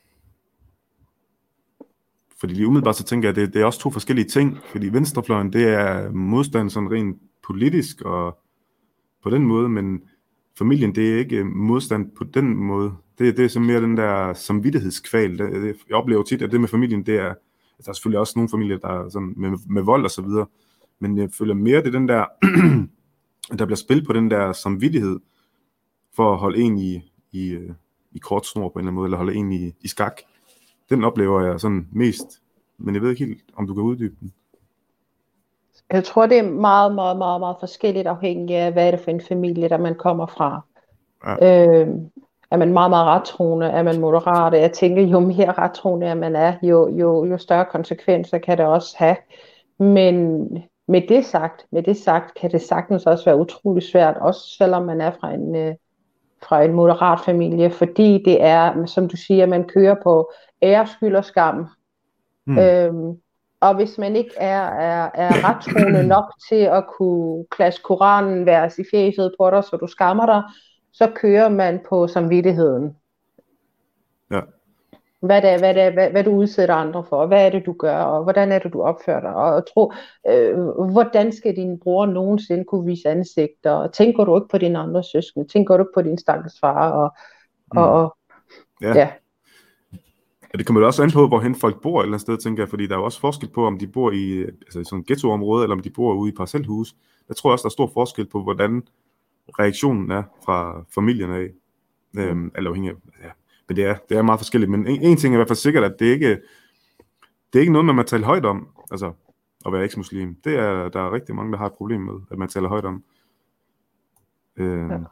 fordi lige umiddelbart så tænker jeg, at det, det er også to forskellige ting, fordi venstrefløjen, det er modstand sådan rent politisk og på den måde, men familien, det er ikke modstand på den måde. Det, det er så mere den der samvittighedskval. Det, det, jeg oplever tit, at det med familien, det er, der er selvfølgelig også nogle familier, der er sådan med, med vold og så videre, men jeg føler mere, det er den der, der bliver spillet på den der samvittighed, for at holde en i, i, i kort snor på en eller anden måde, eller holde en i, i skak. Den oplever jeg sådan mest, men jeg ved ikke helt, om du kan uddybe den. Jeg tror, det er meget, meget, meget, meget forskelligt afhængigt af, hvad er det for en familie, der man kommer fra. Ja. Øh, er man meget, meget rettroende? Er man moderat? Jeg tænker, jo mere rettroende man er, jo, jo, jo større konsekvenser kan det også have. Men med det sagt, med det sagt, kan det sagtens også være utrolig svært, også selvom man er fra en, øh, fra en moderat familie, fordi det er, som du siger, man kører på æreskyld og skam. Hmm. Øhm, og hvis man ikke er, er, er rettroende nok til at kunne klasse Koranen vers i fjeset på dig, så du skammer dig, så kører man på samvittigheden. Ja. Hvad, det er, hvad, det er, hvad, hvad du udsætter andre for, hvad er det du gør, og hvordan er det du opfører dig, og tro, øh, hvordan skal din bror nogensinde kunne vise ansigter, og tænker du ikke på dine andre søskende, tænker du ikke på din stakkels far, og, mm. og, og ja. ja. Ja, det kommer jo også an på, hvorhen folk bor et eller andet sted, tænker jeg, fordi der er jo også forskel på, om de bor i, altså i sådan et ghettoområde, eller om de bor ude i parcelhus. Jeg tror også, der er stor forskel på, hvordan reaktionen er fra familierne af, mm. øhm, eller afhængig af, ja. Men det er, det er meget forskelligt. Men en, en ting er i hvert fald sikkert, at det ikke det er ikke noget, man må tale højt om, altså at være eks-muslim. Det er der er rigtig mange, der har et problem med, at man taler højt om. Øh, ja.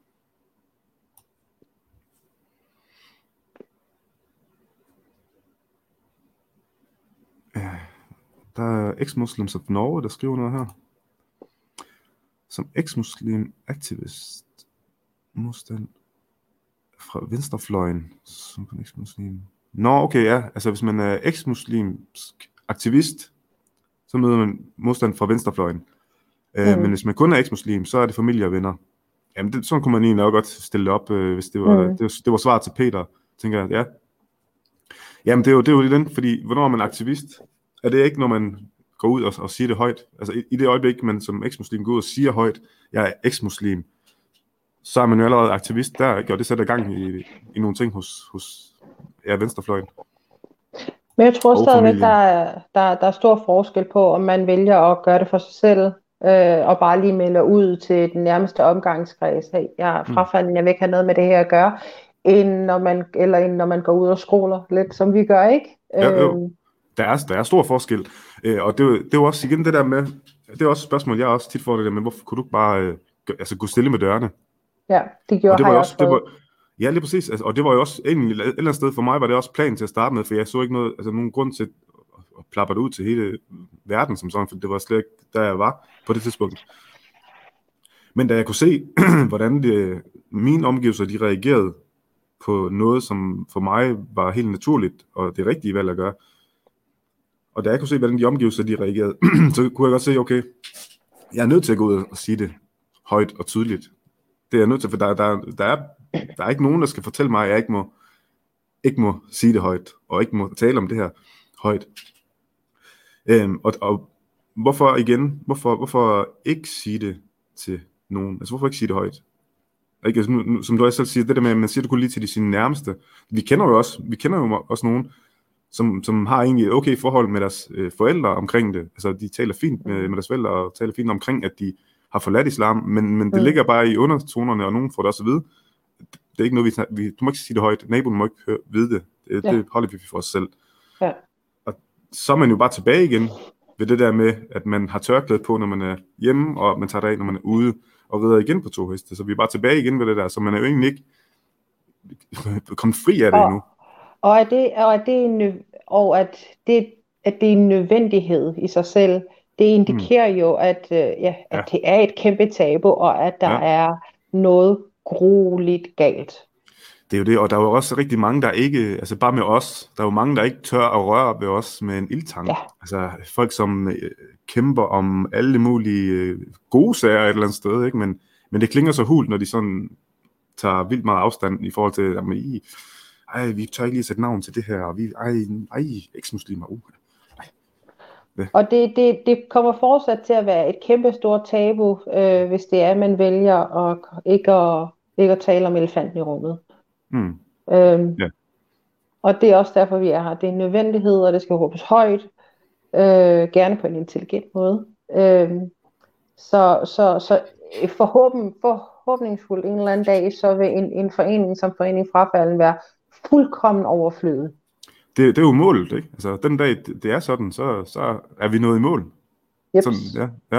Der er eks-muslims af Norge, der skriver noget her. Som eks-muslim aktivist modstand fra venstrefløjen som eks-muslim. Nå, okay, ja. Altså, hvis man er eks-muslimsk aktivist, så møder man modstand fra venstrefløjen. Mm. Uh, men hvis man kun er eks-muslim, så er det familie og venner. Jamen, det, sådan kunne man egentlig nok godt stille op, uh, hvis det var, mm. det, var, det var svar til Peter, tænker jeg. Ja. Jamen, det er jo, det er jo den, fordi hvornår er man aktivist? Er det ikke, når man går ud og, og siger det højt? Altså, i, i det øjeblik, man som eks-muslim går ud og siger højt, jeg er eks-muslim, så er man jo allerede aktivist der, ikke? Og det sætter gang i, i nogle ting hos, hos ja, venstrefløjen. Men jeg tror stadigvæk, der er, der, der er stor forskel på, om man vælger at gøre det for sig selv, øh, og bare lige melder ud til den nærmeste omgangskreds. Hey, jeg er frafalden, jeg vil ikke have noget med det her at gøre, end når man, eller end når man går ud og scroller lidt, som vi gør, ikke? Ja, jo. Der er, der er stor forskel. Øh, og det, det er jo også igen det der med, det er også et spørgsmål, jeg også tit får det der med, hvorfor kunne du ikke bare øh, altså, gå stille med dørene? Ja, det gjorde det var jeg også. Det var, ja, lige præcis. Altså, og det var jo også, egentlig, et eller andet sted for mig, var det også planen til at starte med, for jeg så ikke noget, altså nogen grund til at plappe det ud til hele verden som sådan, for det var slet ikke, der jeg var på det tidspunkt. Men da jeg kunne se, hvordan det, mine omgivelser, de reagerede på noget, som for mig var helt naturligt, og det rigtige valg at gøre, og da jeg kunne se, hvordan de omgivelser, de reagerede, så kunne jeg godt se, okay, jeg er nødt til at gå ud og sige det højt og tydeligt. Det er jeg nødt til, for der, der, der, er, der er ikke nogen, der skal fortælle mig, at jeg ikke må, ikke må sige det højt, og ikke må tale om det her højt. Øhm, og, og hvorfor igen, hvorfor, hvorfor ikke sige det til nogen? Altså hvorfor ikke sige det højt? Ikke? Altså, nu, nu, som du også selv siger, det der med, at man siger, du kunne lige til de sine nærmeste. Vi kender jo også, vi kender jo også nogen, som, som har egentlig et okay forhold med deres øh, forældre omkring det. Altså, de taler fint med, med deres forældre, og taler fint omkring, at de har forladt islam, men, men det mm. ligger bare i undertonerne, og nogen får det også at vide. Det er ikke noget, vi, vi du må ikke sige det højt, naboen må ikke høre, vide det. Det, ja. det holder vi for os selv. Ja. Og så er man jo bare tilbage igen ved det der med, at man har tørklæde på, når man er hjemme, og man tager det af, når man er ude, og rider igen på to heste. Så vi er bare tilbage igen ved det der, så man er jo egentlig ikke kommet fri af det og, endnu. Og at det, og at det, er, og at det, at det er en nødvendighed i sig selv, det indikerer hmm. jo, at, ja, at ja. det er et kæmpe tabu, og at der ja. er noget grueligt galt. Det er jo det, og der er jo også rigtig mange, der ikke, altså bare med os, der er jo mange, der ikke tør at røre ved os med en ildtang. Ja. Altså folk, som øh, kæmper om alle mulige øh, gode sager et eller andet sted, ikke? Men, men det klinger så hult, når de sådan tager vildt meget afstand i forhold til, at I, ej, vi tør ikke lige sætte navn til det her, og vi, ej, ej, eks-muslimer, uh. Ja. Og det, det, det kommer fortsat til at være et kæmpe stort tabu, øh, hvis det er, at man vælger at ikke, at, ikke at tale om elefanten i rummet. Mm. Øhm, yeah. Og det er også derfor, vi er her. Det er en nødvendighed, og det skal råbes højt, øh, gerne på en intelligent måde. Øhm, så så, så forhåben, forhåbningsfuldt en eller anden dag, så vil en, en forening som Forening Frafalden være fuldkommen overflødet. Det, det er jo målet, ikke? Altså, den dag det er sådan, så, så er vi nået i mål. Yep. Sådan, ja, ja.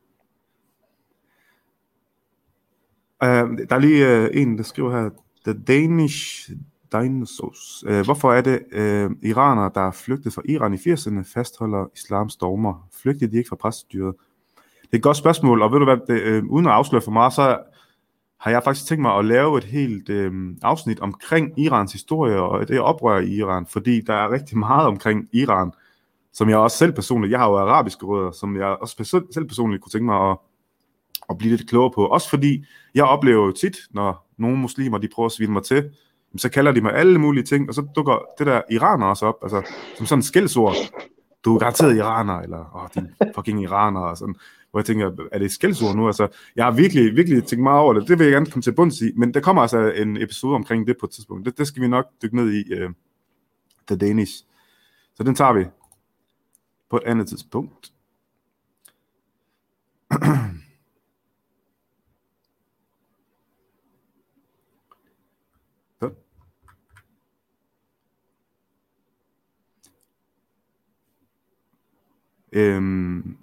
Uh, der er lige uh, en, der skriver her, The Danish Dinosaurs. Uh, hvorfor er det uh, iranere, der er flygtet fra Iran i firserne, fastholder islams dogmer? Flygtede de ikke fra præstestyret? Det er et godt spørgsmål, og ved du hvad, det, uh, uden at afsløre for meget, så har jeg faktisk tænkt mig at lave et helt øh, afsnit omkring Irans historie og det oprør i Iran, fordi der er rigtig meget omkring Iran, som jeg også selv personligt, jeg har jo arabiske rødder, som jeg også selv personligt kunne tænke mig at, at blive lidt klogere på. Også fordi jeg oplever jo tit, når nogle muslimer de prøver at svine mig til, så kalder de mig alle mulige ting, og så dukker det der iraner også op, altså som sådan en skældsord. Du er garanteret iraner, eller åh, de fucking iraner, og sådan. Hvor jeg tænker, er det et skældsord nu? Altså, jeg har virkelig, virkelig tænkt meget over det. Det vil jeg gerne komme til bunds i. Men der kommer altså en episode omkring det på et tidspunkt. Det, det skal vi nok dykke ned i, uh, The Danish. Så den tager vi på et andet tidspunkt. Så. Øhm...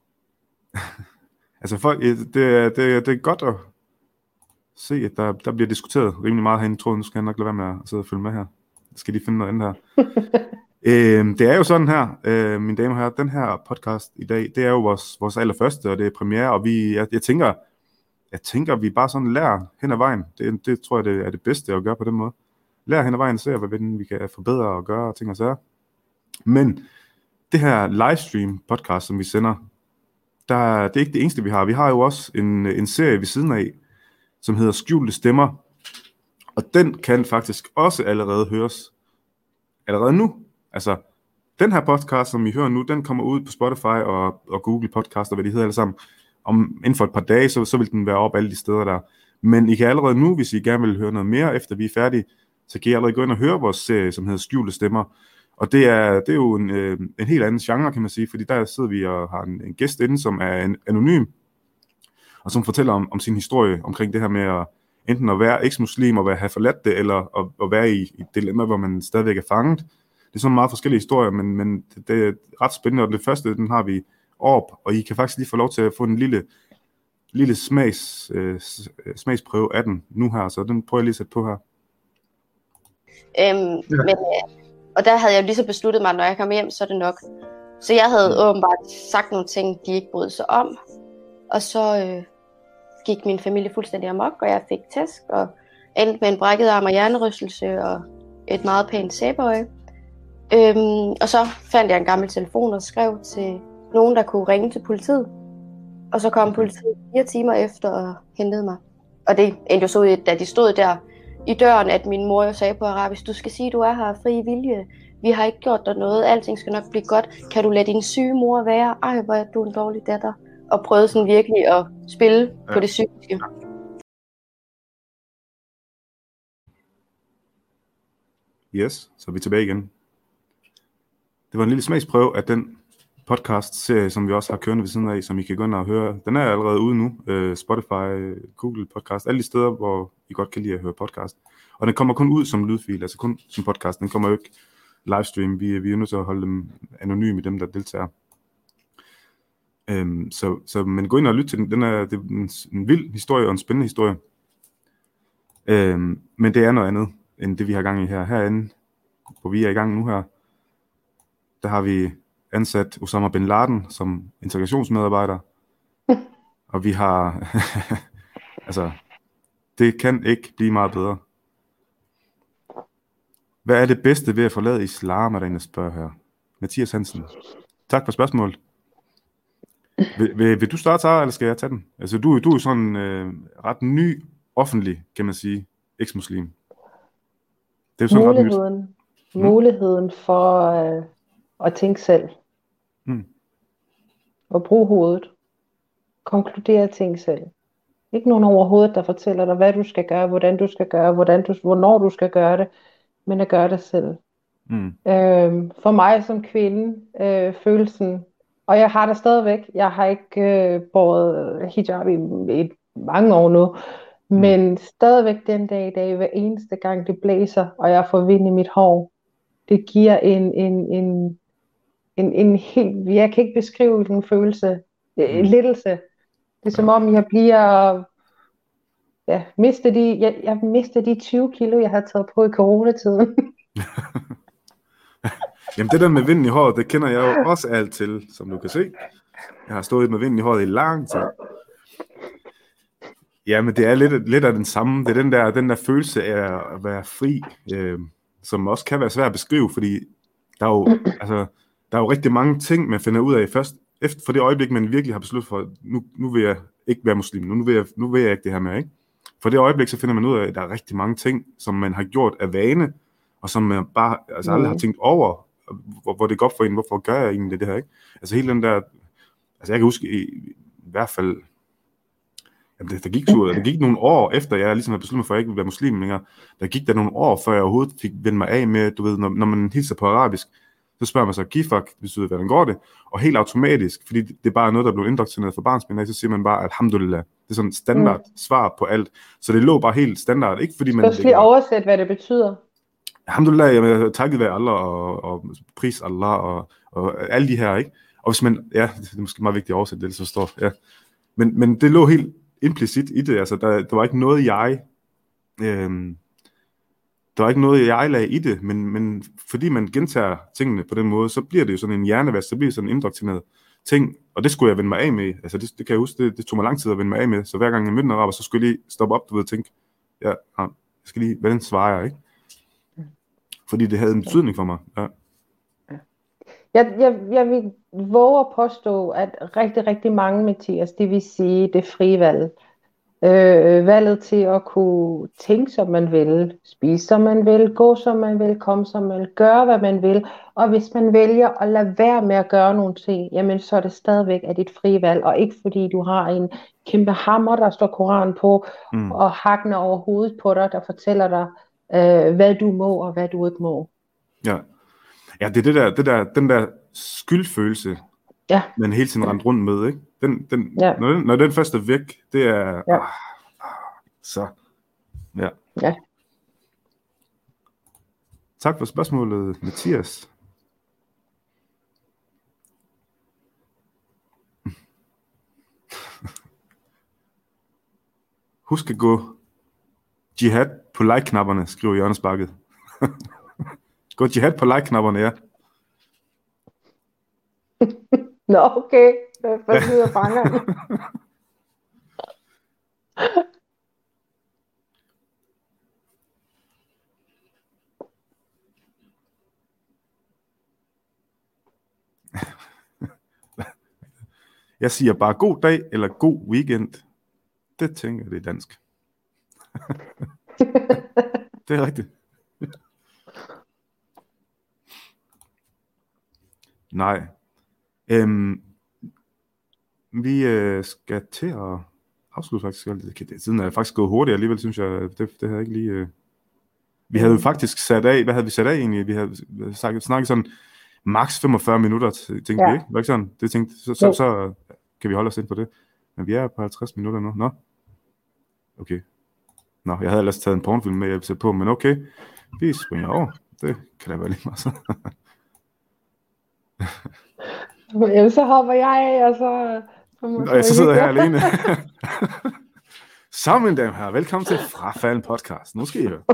altså folk, det, det, det er godt at se, at der, der bliver diskuteret rimelig meget herinde. Jeg tror, nu skal jeg nok lade være med at sidde og følge med her. Skal de finde noget andet her? øhm, det er jo sådan her, øh, mine damer og herrer, den her podcast i dag, det er jo vores, vores allerførste, og det er premiere, og vi, jeg, jeg tænker, jeg tænker, vi bare sådan lærer hen ad vejen. Det, det tror jeg, det er det bedste at gøre på den måde. Lærer hen ad vejen, se hvad vi kan forbedre og gøre, og ting og sager. Men det her livestream podcast, som vi sender, der, det er ikke det eneste, vi har. Vi har jo også en, en serie ved siden af, som hedder Skjulte Stemmer. Og den kan faktisk også allerede høres allerede nu. Altså, den her podcast, som vi hører nu, den kommer ud på Spotify og, og Google Podcast, og hvad de hedder alle sammen. Om, inden for et par dage, så, så vil den være op alle de steder der. Men I kan allerede nu, hvis I gerne vil høre noget mere, efter vi er færdige, så kan I allerede gå ind og høre vores serie, som hedder Skjulte Stemmer. Og det er, det er jo en, øh, en helt anden genre, kan man sige, fordi der sidder vi og har en, en gæst inde, som er en, anonym, og som fortæller om, om sin historie omkring det her med at enten at være eks-muslim og have forladt det, eller at, at være i, i et dilemma, hvor man stadigvæk er fanget. Det er sådan meget forskellige historier, men, men det, det er ret spændende, og det første, den har vi op, og I kan faktisk lige få lov til at få en lille, lille smags, øh, smagsprøve af den nu her, så den prøver jeg lige at sætte på her. Øhm, ja. men, og der havde jeg lige så besluttet mig, at når jeg kommer hjem, så er det nok. Så jeg havde mm. åbenbart sagt nogle ting, de ikke brød sig om, og så øh, gik min familie fuldstændig amok, og jeg fik tæsk, og endte med en brækket arm og hjernerystelse, og et meget pænt sæbeøje. Øhm, og så fandt jeg en gammel telefon og skrev til nogen, der kunne ringe til politiet. Og så kom politiet fire timer efter og hentede mig. Og det endte jo så ud, da de stod der i døren, at min mor jo sagde på arabisk, du skal sige, du er her af fri vilje. Vi har ikke gjort dig noget. Alting skal nok blive godt. Kan du lade din syge mor være? Ej, hvor er du en dårlig datter. Og prøvede sådan virkelig at spille ja. på det psykiske. Yes, så er vi tilbage igen. Det var en lille smagsprøve af den podcast-serie, som vi også har kørende ved siden af, som I kan gå ind og høre. Den er allerede ude nu. Uh, Spotify, Google Podcast, alle de steder, hvor I godt kan lide at høre podcast. Og den kommer kun ud som lydfil, altså kun som podcast. Den kommer jo ikke livestream. Vi, vi er nødt til at holde dem anonyme, dem der deltager. Um, så, så men gå ind og lyt til den. Den er, det er en, en vild historie og en spændende historie. Um, men det er noget andet, end det vi har gang i her. Herinde, hvor vi er i gang nu her, der har vi ansat Osama Bin Laden som integrationsmedarbejder. Og vi har... altså, det kan ikke blive meget bedre. Hvad er det bedste ved at forlade islam, er der en, der spørger her. Mathias Hansen. Tak for spørgsmålet. Vil, vil, vil du starte, Sara, eller skal jeg tage den? Altså, du, du er sådan øh, ret ny, offentlig, kan man sige, eks-muslim. Det er sådan muligheden, ret nyt. Muligheden for øh, at tænke selv. Mm. Og bruge hovedet. Konkludere ting selv. Ikke nogen overhovedet, der fortæller dig, hvad du skal gøre, hvordan du skal gøre, hvordan du, hvornår du skal gøre det, men at gøre det selv. Mm. Øhm, for mig som kvinde, øh, følelsen, og jeg har det stadigvæk, jeg har ikke øh, båret hijab i, i mange år nu, mm. men stadigvæk den dag i dag, hver eneste gang det blæser, og jeg får vind i mit hår, det giver en, en, en, en, en helt, jeg kan ikke beskrive den følelse, en mm. lettelse. Det er som om, jeg bliver, ja, mister de, jeg, jeg mister de tyve kilo, jeg har taget på i coronatiden. Jamen det der med vinden i håret, det kender jeg jo også alt til, som du kan se. Jeg har stået med vinden i håret i lang tid. Ja, men det er lidt, lidt af den samme. Det er den der, den der følelse af at være fri, øh, som også kan være svært at beskrive, fordi der er jo, altså, der er jo rigtig mange ting, man finder ud af først, efter for det øjeblik, man virkelig har besluttet for, nu, nu vil jeg ikke være muslim, nu vil, jeg, nu vil jeg ikke det her med, ikke? For det øjeblik, så finder man ud af, at der er rigtig mange ting, som man har gjort af vane, og som man bare altså aldrig har tænkt over, hvor, hvor det går op for en, hvorfor gør jeg egentlig det her, ikke? Altså hele den der, altså jeg kan huske i, i hvert fald, jamen det, der gik så, der gik nogle år efter, jeg ligesom havde besluttet mig for, at jeg ikke ville være muslim længere, der gik der nogle år, før jeg overhovedet fik vendt mig af med, du ved, når, når man hilser på arabisk, så spørger man så, gifak, hvis du hvordan går det? Og helt automatisk, fordi det er bare noget, der blev indoktrineret fra barnsben af, så siger man bare, alhamdulillah. Det er sådan et standard mm. svar på alt. Så det lå bare helt standard, ikke fordi man... Skal du lige oversætte, hvad det betyder? Alhamdulillah, jeg takket være Allah og, og pris Allah og, og alle de her, ikke? Og hvis man... Ja, det er måske meget vigtigt at oversætte det, så står... Ja. Men, men det lå helt implicit i det, altså der, der var ikke noget, jeg... Øhm, Der var ikke noget, jeg lagde i det, men, men fordi man gentager tingene på den måde, så bliver det jo sådan en hjernevask, så bliver det sådan en indoktrineret ting, og det skulle jeg vende mig af med. Altså det, det kan jeg huske, det, det tog mig lang tid at vende mig af med, så hver gang jeg mødte en araber, så skulle jeg lige stoppe op, du ved, og tænke, ja, jeg skal lige, hvordan svarer jeg, ikke? Fordi det havde en betydning for mig, ja. Jeg, jeg, jeg vil våge at påstå, at rigtig, rigtig mange, Mathias, det vil sige det frie valg. Øh, valget til at kunne tænke som man vil, spise som man vil, gå som man vil, komme som man vil, gøre hvad man vil, og hvis man vælger at lade være med at gøre nogle ting, jamen så er det stadigvæk af dit frie valg, og ikke fordi du har en kæmpe hammer, der står Koran på, mm. og hakkende over hovedet på dig, der fortæller dig, øh, hvad du må og hvad du ikke må. Ja, ja det er det der, det der, den der skyldfølelse, ja. Man hele tiden rendt rundt med, ikke? Den, den, ja. når, den, når den først er væk, det er... Ja. Ah, så, ja. ja. Tak for spørgsmålet, Mathias. Husk at gå jihad på like-knapperne, skriver Jørgens Bakket. Gå jihad på like-knapperne, ja. Nå, okay. Hvad lyder fangerne? Jeg siger bare god dag eller god weekend. Det tænker jeg, det er dansk. Det er rigtigt. Nej. Øhm, vi øh, skal til at afslutte faktisk. Tiden er faktisk gået hurtigt alligevel, synes jeg. Det, det havde ikke lige... Øh... Vi havde jo faktisk sat af, hvad havde vi sat af egentlig? Vi havde snakket, snakket sådan maks femogfyrre minutter, tænkte ja. vi ikke? Var ikke sådan? Det tænkte, så, så, så kan vi holde os ind på det. Men vi er på halvtreds minutter nu. Nå? Okay. Nå, jeg havde ellers taget en pornofilm med, jeg ville sætte på, men okay. Vi springer over. Det kan da være lige meget så. Jamen, så hopper jeg af, og så... Og jeg så sidder jeg her alene. Så, mine damer og herrer, velkommen til Frafalden Podcast. Nu skal I høre.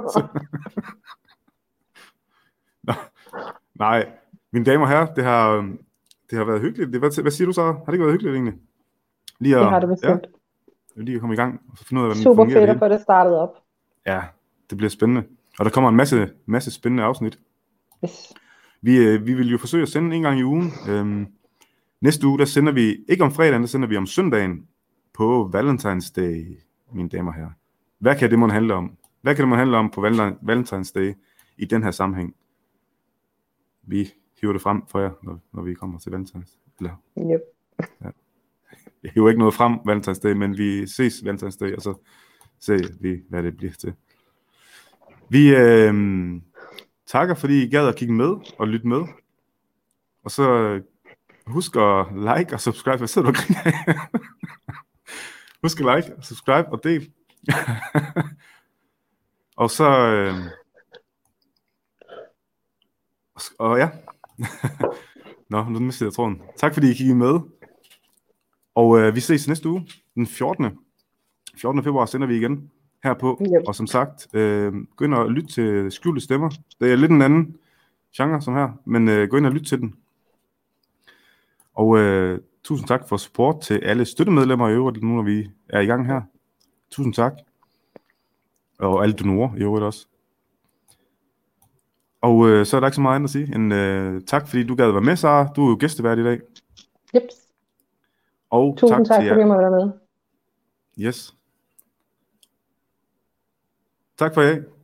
Nå, nej, mine damer og herrer, det har, det har været hyggeligt. Det, hvad, hvad siger du så? Har det ikke været hyggeligt egentlig? Lige at, det har det bestemt. Ja, lige at komme i gang og finde ud af, hvordan super det fungerer. Super fedt at få det startet op. Ja, det bliver spændende. Og der kommer en masse, masse spændende afsnit. Yes. Vi, øh, vi vil jo forsøge at sende en gang i ugen. Øhm, næste uge, der sender vi, ikke om fredagen, der sender vi om søndagen på Valentine's Day, mine damer og herrer. Hvad kan det måtte handle om? Hvad kan det måtte handle om på Valentine's Day i den her sammenhæng? Vi hiver det frem for jer, når, når vi kommer til Valentine's. Eller, yep. Ja. Jeg hiver ikke noget frem Valentine's Day, men vi ses Valentine's Day, og så ser vi, hvad det bliver til. Vi øh, takker, fordi I gad at kigge med og lytte med. Og så husk at like og subscribe. Hvad sidder du og griner af? Husk at like og subscribe og del. Og så... Øh, og ja. Nå, nu mistede jeg tråden. Tak fordi I kiggede med. Og øh, vi ses næste uge, den fjortende fjortende februar sender vi igen herpå. Yep. Og som sagt, øh, gå ind og lyt til Skjulte Stemmer. Det er lidt en anden genre som her, men øh, gå ind og lyt til den. Og øh, tusind tak for support til alle støttemedlemmer i øvrigt, nu når vi er i gang her. Tusind tak. Og alle donorer i øvrigt også. Og øh, så er der ikke så meget andet at sige end øh, tak, fordi du gad at være med, Sara. Du er jo gæstevært i dag. Yep. Og tusind tak, tak til jer. fordi jeg måtte være med. Yes. Tak for i dag.